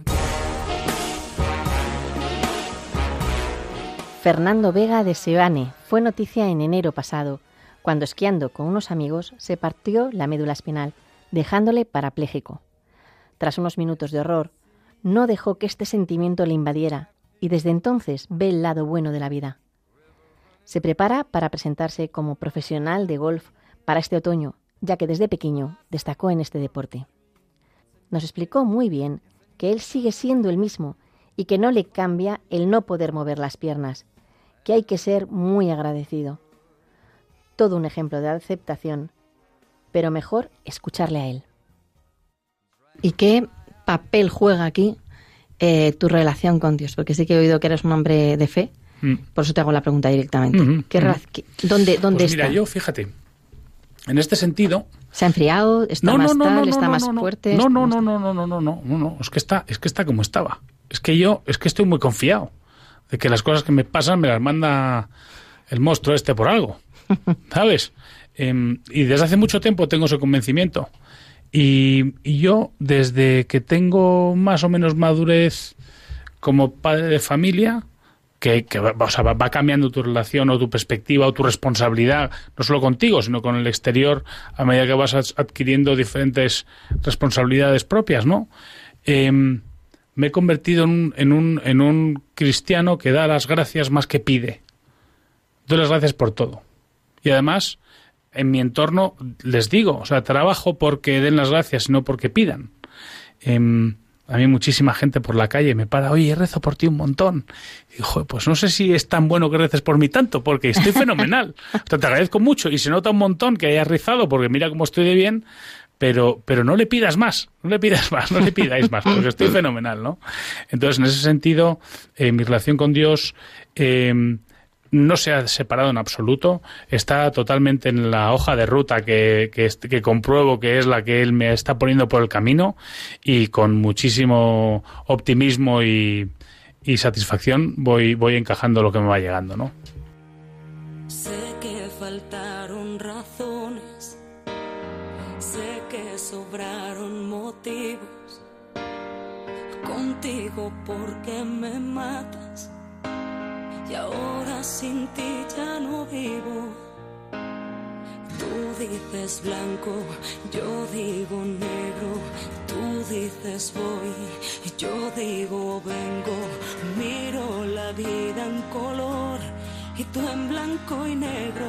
Fernando Vega de Seoane fue noticia en enero pasado, cuando esquiando con unos amigos se partió la médula espinal, dejándole parapléjico. Tras unos minutos de horror, no dejó que este sentimiento le invadiera y desde entonces ve el lado bueno de la vida. Se prepara para presentarse como profesional de golf para este otoño, ya que desde pequeño destacó en este deporte. Nos explicó muy bien que él sigue siendo el mismo y que no le cambia el no poder mover las piernas, que hay que ser muy agradecido. Todo un ejemplo de aceptación, pero mejor escucharle a él. ¿Y qué papel juega aquí eh, tu relación con Dios? Porque sí que he oído que eres un hombre de fe, mm. por eso te hago la pregunta directamente. Mm-hmm. ¿Qué mm-hmm. ¿Qué, ¿Dónde, dónde pues está? Mira, yo, fíjate, en este sentido... ¿Se ha enfriado? ¿Está no, más no, no, tal? No, no, ¿Está no, más no, fuerte? No, no, no, no, no, no, no, no, no, no, es que está, es que está como estaba. Es que yo, es que estoy muy confiado de que las cosas que me pasan me las manda el monstruo este por algo, ¿sabes? Eh, y desde hace mucho tiempo tengo ese convencimiento. Y, y yo, desde que tengo más o menos madurez como padre de familia, que, que va, o sea, va, va cambiando tu relación o tu perspectiva o tu responsabilidad, no solo contigo, sino con el exterior, a medida que vas adquiriendo diferentes responsabilidades propias, ¿no? Eh, me he convertido en un, en, un, en un cristiano que da las gracias más que pide. Doy las gracias por todo. Y además, en mi entorno les digo, o sea, trabajo porque den las gracias, no porque pidan. Eh, a mí muchísima gente por la calle me para, oye, rezo por ti un montón. Y digo, pues no sé si es tan bueno que reces por mí tanto, porque estoy fenomenal. O sea, te agradezco mucho y se nota un montón que hayas rezado, porque mira cómo estoy de bien, pero pero no le pidas más, no le pidas más, no le pidáis más, porque estoy fenomenal, ¿no? Entonces, en ese sentido, eh, mi relación con Dios... Eh, no se ha separado en absoluto, está totalmente en la hoja de ruta que, que, que compruebo que es la que él me está poniendo por el camino, y con muchísimo optimismo y, y satisfacción voy, voy encajando lo que me va llegando, ¿no? Sé que faltaron razones, sé que sobraron motivos, contigo porque me matas. y ahora sin ti ya no vivo. Tú dices blanco, yo digo negro, tú dices voy, yo digo vengo, miro la vida en color y tú en blanco y negro.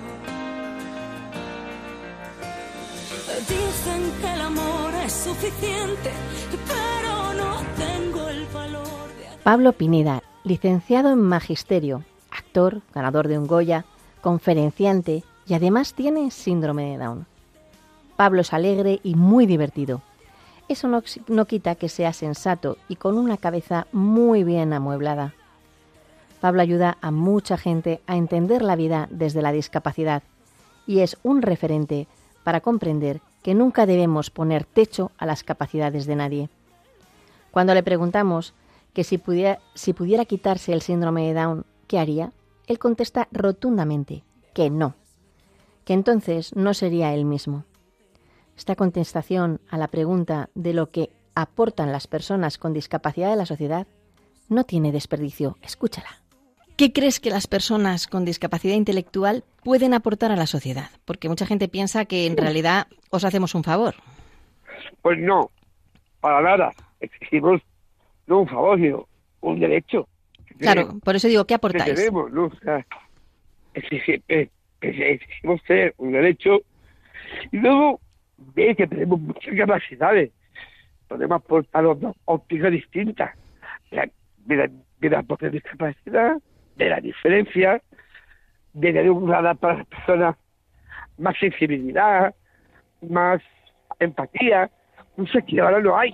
Dicen que el amor es suficiente, pero no tengo el valor de... Pablo Pineda, licenciado en Magisterio, actor, ganador de un Goya, conferenciante y además tiene síndrome de Down. Pablo es alegre y muy divertido. Eso no, no quita que sea sensato y con una cabeza muy bien amueblada. Pablo ayuda a mucha gente a entender la vida desde la discapacidad y es un referente para comprender que nunca debemos poner techo a las capacidades de nadie. Cuando le preguntamos que si pudiera, si pudiera quitarse el síndrome de Down, ¿qué haría? Él contesta rotundamente que no, que entonces no sería él mismo. Esta contestación a la pregunta de lo que aportan las personas con discapacidad a la sociedad no tiene desperdicio. Escúchala. ¿Qué crees que las personas con discapacidad intelectual pueden aportar a la sociedad? Porque mucha gente piensa que en realidad os hacemos un favor. Pues no, para nada. Exigimos no un favor, sino un derecho. Claro, tenemos, por eso digo, ¿qué aportáis? Que tenemos, ¿no? O sea, exigimos, exigimos tener un derecho y luego ver que tenemos muchas capacidades. Podemos aportar otras ópticas distintas. De la, de la propia discapacidad, de la diferencia, de tener una edad para las personas más sensibilidad, más empatía, no sé, que ahora no hay.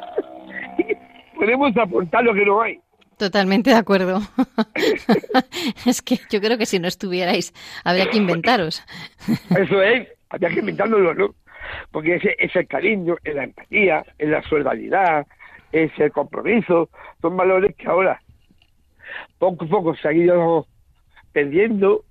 Podemos aportar lo que no hay. Totalmente de acuerdo. Es que yo creo que si no estuvierais, habría que inventaros. Eso es, habría que inventárnoslo, ¿no? Porque ese es el cariño, es la empatía, es la solidaridad, es el compromiso, son valores que ahora poco a poco se han ido perdiendo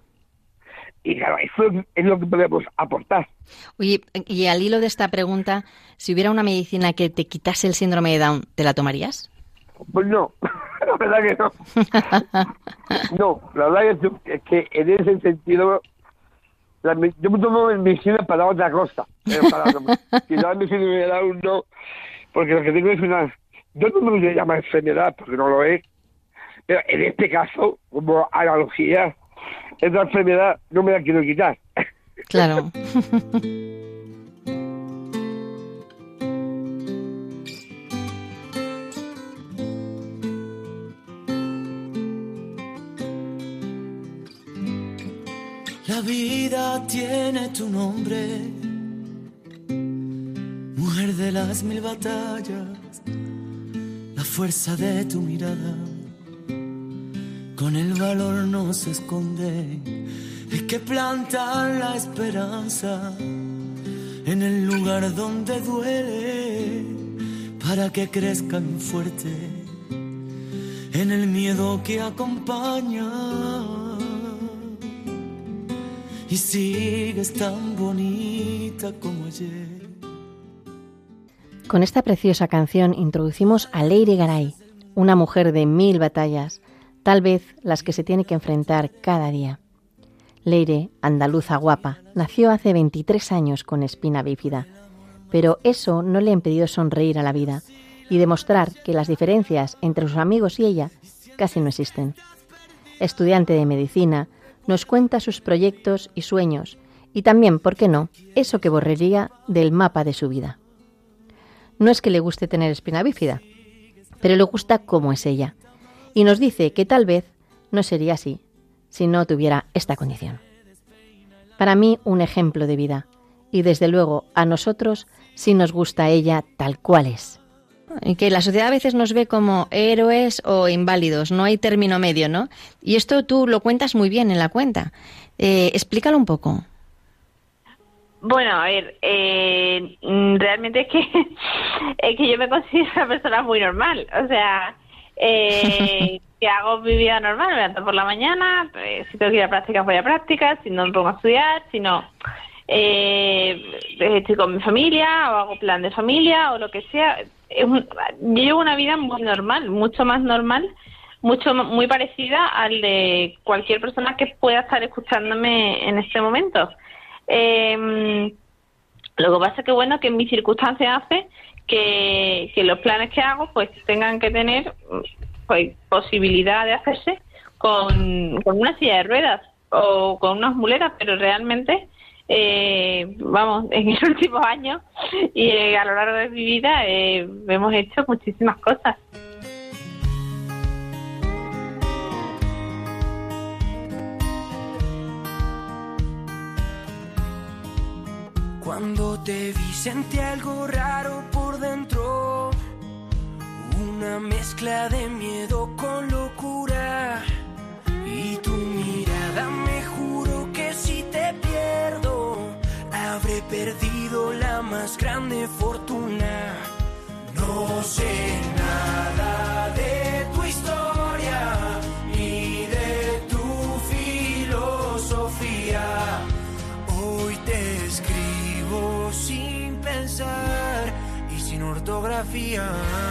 y claro, eso es lo que podemos aportar. Oye, y al hilo de esta pregunta, si hubiera una medicina que te quitase el síndrome de Down, ¿te la tomarías? Pues no, la verdad que no. No, la verdad es que en ese sentido la, yo me tomo medicina para otra cosa, pero para quitar mi síndrome de Down no, porque lo que tengo es una, yo no me voy a llamar enfermedad porque no lo es, pero en este caso, como analogía, esta enfermedad no me la quiero quitar. Claro. La vida tiene tu nombre, mujer de las mil batallas, la fuerza de tu mirada, con el valor no se esconde, es que plantan la esperanza en el lugar donde duele, para que crezcan fuerte en el miedo que acompaña. Y sigues tan bonita como ayer. Con esta preciosa canción introducimos a Leire Garay, una mujer de mil batallas, tal vez las que se tiene que enfrentar cada día. Leire, andaluza guapa, nació hace veintitrés años con espina bífida, pero eso no le ha impedido sonreír a la vida y demostrar que las diferencias entre sus amigos y ella casi no existen. Estudiante de medicina, nos cuenta sus proyectos y sueños, y también, ¿por qué no?, eso que borraría del mapa de su vida. No es que le guste tener espina bífida, pero le gusta cómo es ella, y nos dice que tal vez no sería así si no tuviera esta condición. Para mí, un ejemplo de vida, y desde luego a nosotros sí nos gusta ella tal cual es. Y que la sociedad a veces nos ve como héroes o inválidos, no hay término medio, ¿no? Y esto tú lo cuentas muy bien en la cuenta. Eh, explícalo un poco. Bueno, a ver, eh, realmente es que es que yo me considero una persona muy normal, o sea, eh, que hago mi vida normal, me levanto por la mañana, pues, si tengo que ir a prácticas voy a prácticas, si no me pongo a estudiar, si no... Eh, estoy con mi familia o hago plan de familia o lo que sea. Es un, yo llevo una vida muy normal, mucho más normal mucho muy parecida al de cualquier persona que pueda estar escuchándome en este momento. Eh, lo que pasa es que, bueno, que en mis circunstancias hace que, que los planes que hago pues tengan que tener pues posibilidad de hacerse con, con una silla de ruedas o con unas muletas, pero realmente eh, vamos, en los últimos años y eh, a lo largo de mi vida eh, hemos hecho muchísimas cosas. Cuando te vi sentí algo raro por dentro, una mezcla de miedo con locura, y tu mirada me juro que si te pierdo habré perdido la más grande fortuna. No sé nada de tu historia ni de tu filosofía, hoy te escribo sin pensar y sin ortografía,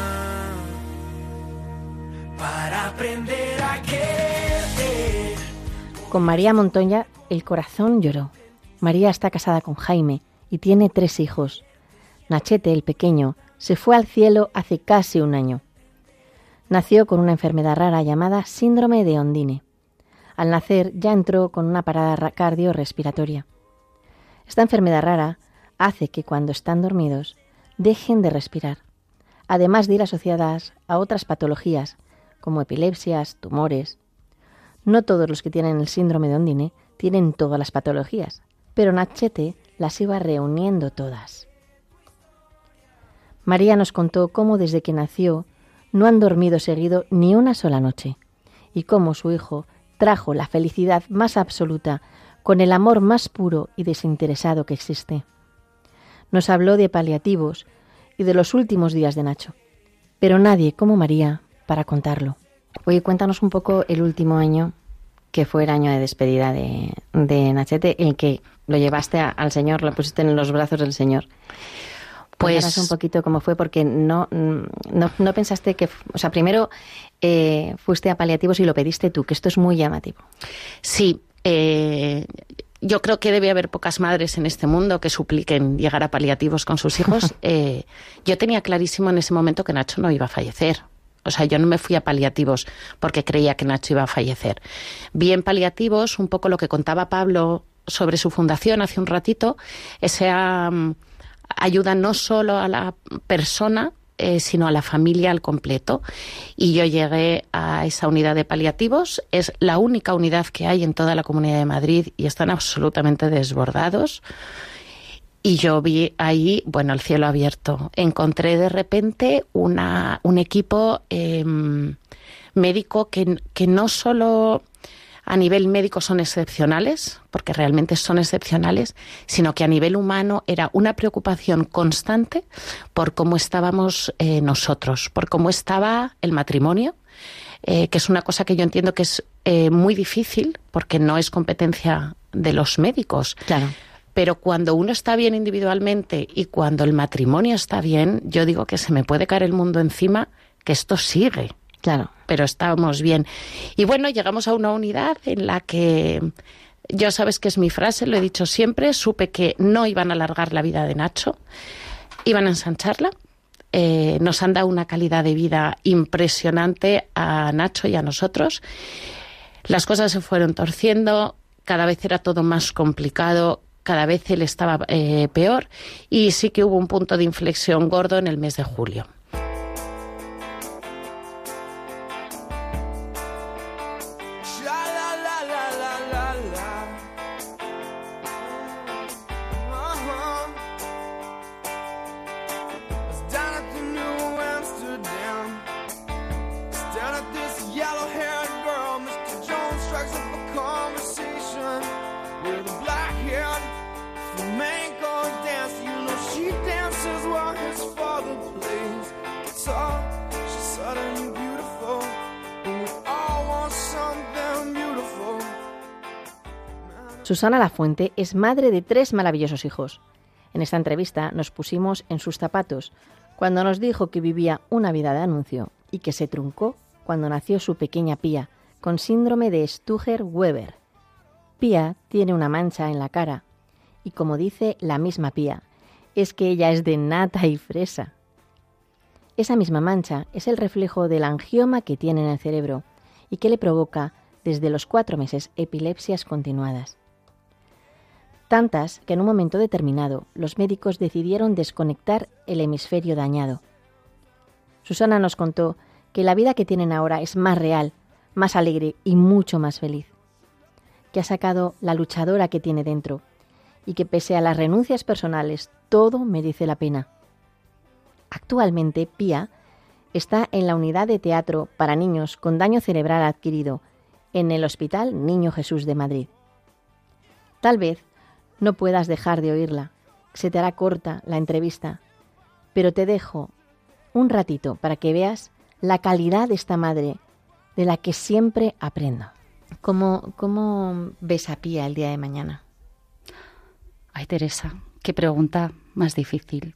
para aprender a quererte. Con María Montoya el corazón lloró. María está casada con Jaime y tiene tres hijos. Nachete, el pequeño, se fue al cielo hace casi un año. Nació con una enfermedad rara llamada síndrome de Ondine. Al nacer ya entró con una parada cardiorrespiratoria. Esta enfermedad rara hace que cuando están dormidos dejen de respirar, además de ir asociadas a otras patologías como epilepsias, tumores. No todos los que tienen el síndrome de Ondine tienen todas las patologías, pero Nachete las iba reuniendo todas. María nos contó cómo desde que nació no han dormido seguido ni una sola noche, y cómo su hijo trajo la felicidad más absoluta con el amor más puro y desinteresado que existe. Nos habló de paliativos y de los últimos días de Nacho, pero nadie como María para contarlo. Oye, cuéntanos un poco el último año, que fue el año de despedida de, de Nachete, el que lo llevaste a, al Señor, lo pusiste en los brazos del Señor. Pues cuéntanos un poquito cómo fue, porque no, no, no pensaste que... O sea, primero eh, fuiste a paliativos y lo pediste tú, que esto es muy llamativo. Sí, eh, yo creo que debe haber pocas madres en este mundo que supliquen llegar a paliativos con sus hijos. eh, yo tenía clarísimo en ese momento que Nacho no iba a fallecer. O sea, yo no me fui a paliativos porque creía que Nacho iba a fallecer. Vi en paliativos un poco lo que contaba Pablo sobre su fundación hace un ratito, esa um, ayuda no solo a la persona, eh, sino a la familia al completo. Y yo llegué a esa unidad de paliativos. Es la única unidad que hay en toda la Comunidad de Madrid y están absolutamente desbordados. Y yo vi ahí, bueno, el cielo abierto. Encontré de repente una, un equipo eh, médico que, que no solo a nivel médico son excepcionales, porque realmente son excepcionales, sino que a nivel humano era una preocupación constante por cómo estábamos eh, nosotros, por cómo estaba el matrimonio, eh, que es una cosa que yo entiendo que es eh, muy difícil, porque no es competencia de los médicos. Claro. Pero cuando uno está bien individualmente y cuando el matrimonio está bien, yo digo que se me puede caer el mundo encima, que esto sigue. Claro. Pero estábamos bien. Y bueno, llegamos a una unidad en la que, yo sabes que es mi frase, lo he dicho siempre, supe que no iban a alargar la vida de Nacho, iban a ensancharla. Eh, nos han dado una calidad de vida impresionante a Nacho y a nosotros. Las cosas se fueron torciendo, cada vez era todo más complicado, cada vez él estaba eh, peor, y sí que hubo un punto de inflexión gordo en el mes de julio. Susana Lafuente es madre de tres maravillosos hijos. En esta entrevista nos pusimos en sus zapatos cuando nos dijo que vivía una vida de anuncio y que se truncó cuando nació su pequeña Pía, con síndrome de Stuger-Weber. Pía tiene una mancha en la cara, y como dice la misma Pía, es que ella es de nata y fresa. Esa misma mancha es el reflejo del angioma que tiene en el cerebro y que le provoca, desde los cuatro meses, epilepsias continuadas. Tantas que en un momento determinado los médicos decidieron desconectar el hemisferio dañado. Susana nos contó que la vida que tienen ahora es más real, más alegre y mucho más feliz, que ha sacado la luchadora que tiene dentro y que pese a las renuncias personales todo merece la pena. Actualmente Pía está en la unidad de teatro para niños con daño cerebral adquirido en el Hospital Niño Jesús de Madrid. Tal vez no puedas dejar de oírla, se te hará corta la entrevista, pero te dejo un ratito para que veas la calidad de esta madre de la que siempre aprendo. ¿Cómo, cómo ves a Pía el día de mañana? Ay, Teresa, qué pregunta más difícil.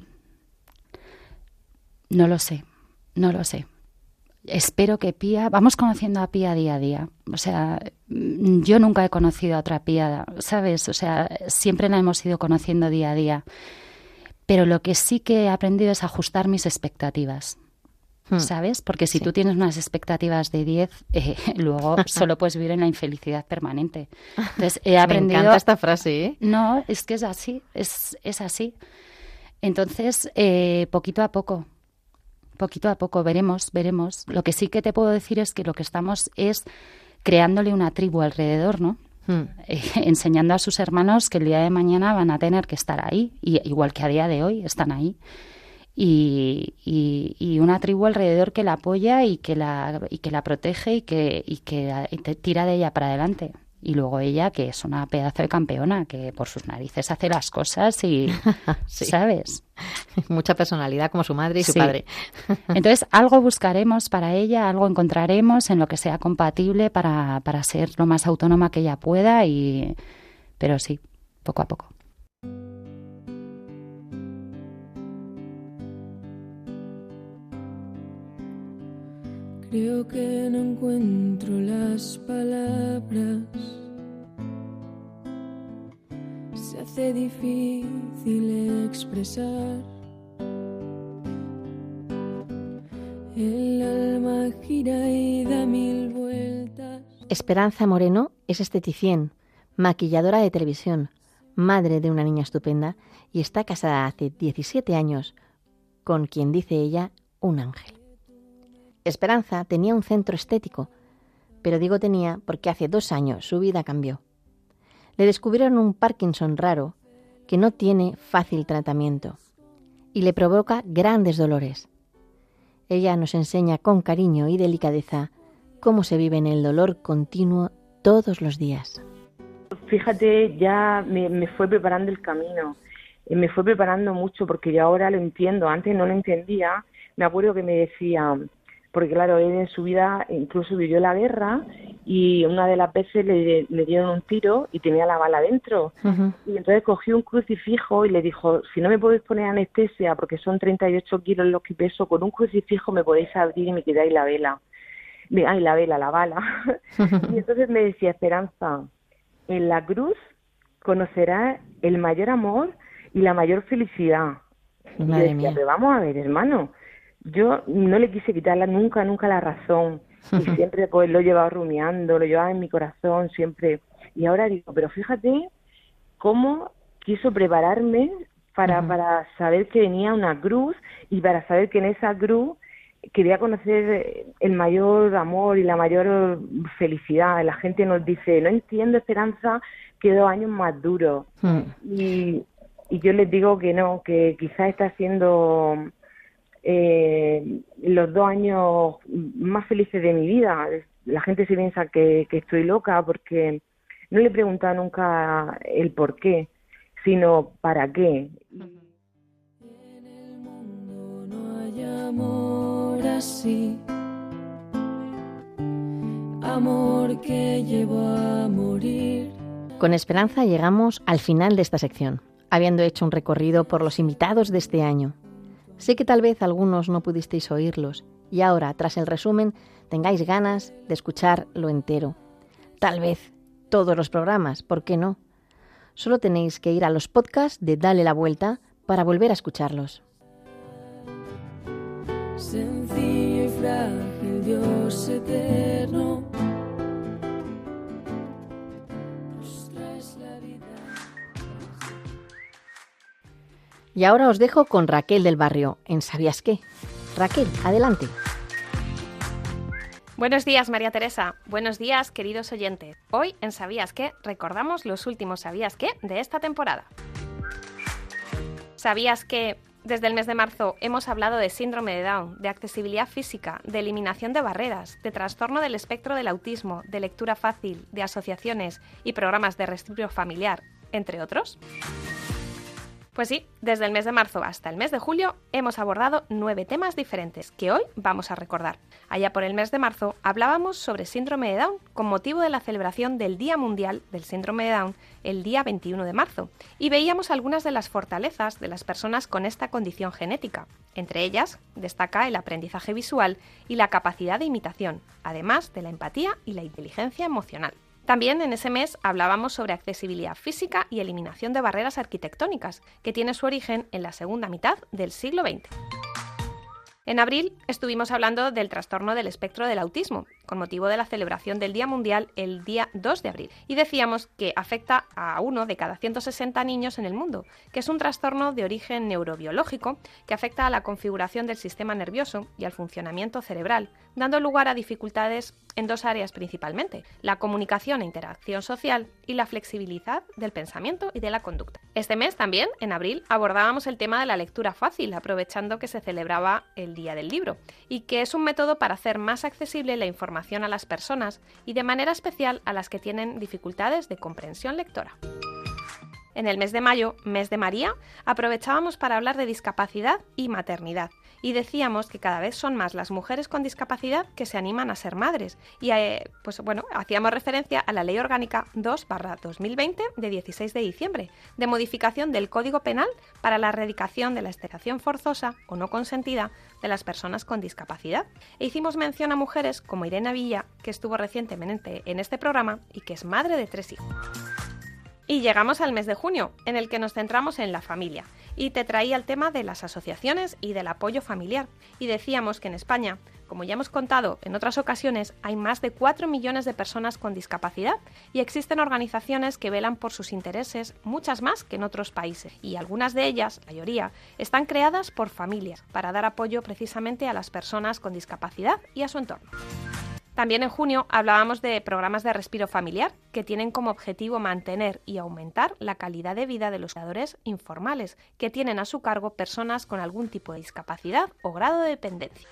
No lo sé, no lo sé. Espero que Pía... Vamos conociendo a Pía día a día. O sea, yo nunca he conocido a otra Pía, ¿sabes? O sea, siempre la hemos ido conociendo día a día. Pero lo que sí que he aprendido es ajustar mis expectativas, ¿sabes? Porque si sí. tú tienes unas expectativas de diez, eh, luego solo puedes vivir en la infelicidad permanente. Entonces, he aprendido... Me encanta esta frase, ¿eh? No, es que es así, es, es así. Entonces, eh, poquito a poco... Poquito a poco, veremos, veremos. Lo que sí que te puedo decir es que lo que estamos es creándole una tribu alrededor, ¿no? Hmm. Eh, enseñando a sus hermanos que el día de mañana van a tener que estar ahí, y, igual que a día de hoy están ahí. Y, y, y una tribu alrededor que la apoya y que la, y que la protege y que, y que y te tira de ella para adelante. Y luego ella, que es una pedazo de campeona, que por sus narices hace las cosas y, sí. ¿sabes? Mucha personalidad como su madre y su sí. padre. Entonces, algo buscaremos para ella, algo encontraremos en lo que sea compatible para, para ser lo más autónoma que ella pueda, y pero sí, poco a poco. Creo que no encuentro las palabras. Se hace difícil expresar. El alma gira y da mil vueltas. Esperanza Moreno es esteticien, maquilladora de televisión, madre de una niña estupenda y está casada hace diecisiete años con quien dice ella un ángel. Esperanza tenía un centro estético, pero digo tenía porque hace dos años su vida cambió. Le descubrieron un Parkinson raro que no tiene fácil tratamiento y le provoca grandes dolores. Ella nos enseña con cariño y delicadeza cómo se vive en el dolor continuo todos los días. Fíjate, ya me, me fue preparando el camino, me fue preparando mucho porque yo ahora lo entiendo, antes no lo entendía. Me acuerdo que me decía... Porque claro, él en su vida incluso vivió la guerra y una de las veces le, le dieron un tiro y tenía la bala dentro. Uh-huh. Y entonces cogió un crucifijo y le dijo, si no me podéis poner anestesia porque son treinta y ocho kilos los que peso, con un crucifijo me podéis abrir y me quitáis la vela. Ay, la vela, la bala. Uh-huh. Y entonces me decía, Esperanza, en la cruz conocerás el mayor amor y la mayor felicidad. Madre y yo decía, mía. pero vamos a ver, hermano. Yo no le quise quitarla nunca, nunca la razón. Y siempre pues lo llevaba rumiando, lo llevaba en mi corazón, siempre. Y ahora digo, pero fíjate cómo quiso prepararme para, uh-huh. para saber que venía una cruz y para saber que en esa cruz quería conocer el mayor amor y la mayor felicidad. La gente nos dice, no entiendo, Esperanza, que dos años más duros. Uh-huh. Y, y yo les digo que no, que quizás está siendo... Eh, los dos años más felices de mi vida. La gente se piensa que, que estoy loca porque no le he preguntado nunca el por qué, sino para qué. En el mundo no hay amor así, amor que llevó a morir. Con Esperanza llegamos al final de esta sección, habiendo hecho un recorrido por los invitados de este año. Sé que tal vez algunos no pudisteis oírlos y ahora, tras el resumen, tengáis ganas de escucharlo entero. Tal vez todos los programas, ¿por qué no? Solo tenéis que ir a los podcasts de Dale la Vuelta para volver a escucharlos. Sencillo y frágil, Dios eterno. Y ahora os dejo con Raquel del Barrio, en ¿Sabías qué? Raquel, adelante. Buenos días, María Teresa. Buenos días, queridos oyentes. Hoy en ¿Sabías qué? Recordamos los últimos ¿Sabías qué? De esta temporada. ¿Sabías que desde el mes de marzo hemos hablado de síndrome de Down, de accesibilidad física, de eliminación de barreras, de trastorno del espectro del autismo, de lectura fácil, de asociaciones y programas de respiro familiar, entre otros? Pues sí, desde el mes de marzo hasta el mes de julio hemos abordado nueve temas diferentes que hoy vamos a recordar. Allá por el mes de marzo hablábamos sobre síndrome de Down con motivo de la celebración del Día Mundial del Síndrome de Down el día veintiuno de marzo y veíamos algunas de las fortalezas de las personas con esta condición genética. Entre ellas destaca el aprendizaje visual y la capacidad de imitación, además de la empatía y la inteligencia emocional. También en ese mes hablábamos sobre accesibilidad física y eliminación de barreras arquitectónicas, que tiene su origen en la segunda mitad del siglo veinte. En abril estuvimos hablando del trastorno del espectro del autismo, con motivo de la celebración del Día Mundial el día dos de abril, y decíamos que afecta a uno de cada ciento sesenta niños en el mundo, que es un trastorno de origen neurobiológico que afecta a la configuración del sistema nervioso y al funcionamiento cerebral, dando lugar a dificultades en dos áreas principalmente: la comunicación e interacción social y la flexibilidad del pensamiento y de la conducta. Este mes también, en abril, abordábamos el tema de la lectura fácil, aprovechando que se celebraba el Día del Libro, y que es un método para hacer más accesible la información a las personas y de manera especial a las que tienen dificultades de comprensión lectora. En el mes de mayo, mes de María, aprovechábamos para hablar de discapacidad y maternidad. Y decíamos que cada vez son más las mujeres con discapacidad que se animan a ser madres. Y eh, pues bueno, hacíamos referencia a la Ley Orgánica dos barra dos mil veinte de dieciséis de diciembre, de modificación del Código Penal para la erradicación de la esterilización forzosa o no consentida de las personas con discapacidad. E hicimos mención a mujeres como Irene Villa, que estuvo recientemente en este programa y que es madre de tres hijos. Y llegamos al mes de junio, en el que nos centramos en la familia, y te traía el tema de las asociaciones y del apoyo familiar. Y decíamos que en España, como ya hemos contado en otras ocasiones, hay más de cuatro millones de personas con discapacidad y existen organizaciones que velan por sus intereses, muchas más que en otros países. Y algunas de ellas, la mayoría, están creadas por familias para dar apoyo precisamente a las personas con discapacidad y a su entorno. También en junio hablábamos de programas de respiro familiar que tienen como objetivo mantener y aumentar la calidad de vida de los cuidadores informales que tienen a su cargo personas con algún tipo de discapacidad o grado de dependencia.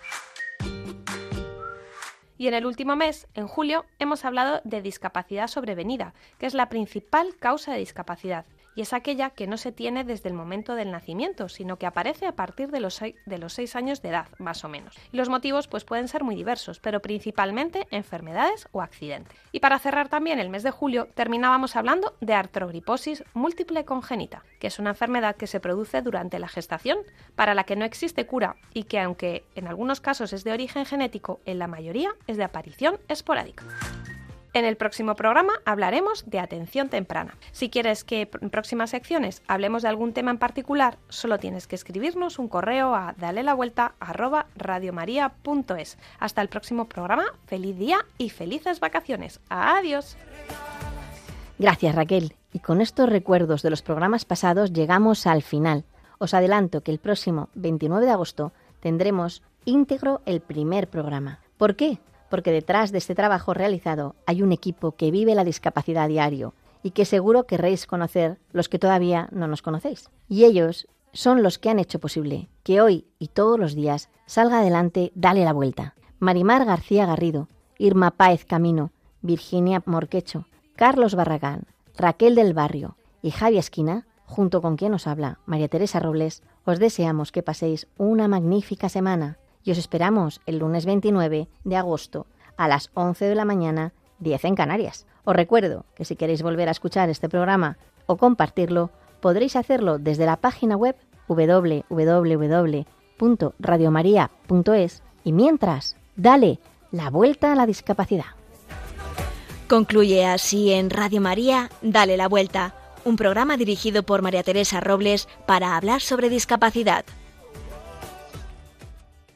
Y en el último mes, en julio, hemos hablado de discapacidad sobrevenida, que es la principal causa de discapacidad. Y es aquella que no se tiene desde el momento del nacimiento, sino que aparece a partir de los seis, de los seis años de edad, más o menos. Y los motivos pues, pueden ser muy diversos, pero principalmente enfermedades o accidentes. Y para cerrar también el mes de julio, terminábamos hablando de artrogriposis múltiple congénita, que es una enfermedad que se produce durante la gestación, para la que no existe cura y que, aunque en algunos casos es de origen genético, en la mayoría es de aparición esporádica. En el próximo programa hablaremos de atención temprana. Si quieres que en próximas secciones hablemos de algún tema en particular, solo tienes que escribirnos un correo a dalelavuelta arroba radiomaria punto es. Hasta el próximo programa, feliz día y felices vacaciones. ¡Adiós! Gracias, Raquel. Y con estos recuerdos de los programas pasados llegamos al final. Os adelanto que el próximo veintinueve de agosto tendremos íntegro el primer programa. ¿Por qué? Porque detrás de este trabajo realizado hay un equipo que vive la discapacidad a diario y que seguro querréis conocer los que todavía no nos conocéis. Y ellos son los que han hecho posible que hoy y todos los días salga adelante Dale la Vuelta. Marimar García Garrido, Irma Páez Camino, Virginia Morquecho, Carlos Barragán, Raquel del Barrio y Javi Esquina, junto con quien os habla, María Teresa Robles, os deseamos que paséis una magnífica semana. Y os esperamos el lunes veintinueve de agosto a las once de la mañana, diez en Canarias. Os recuerdo que si queréis volver a escuchar este programa o compartirlo, podréis hacerlo desde la página web doble u doble u doble u punto radiomaria punto es Y mientras, dale la vuelta a la discapacidad. Concluye así en Radio María, Dale la Vuelta, un programa dirigido por María Teresa Robles para hablar sobre discapacidad.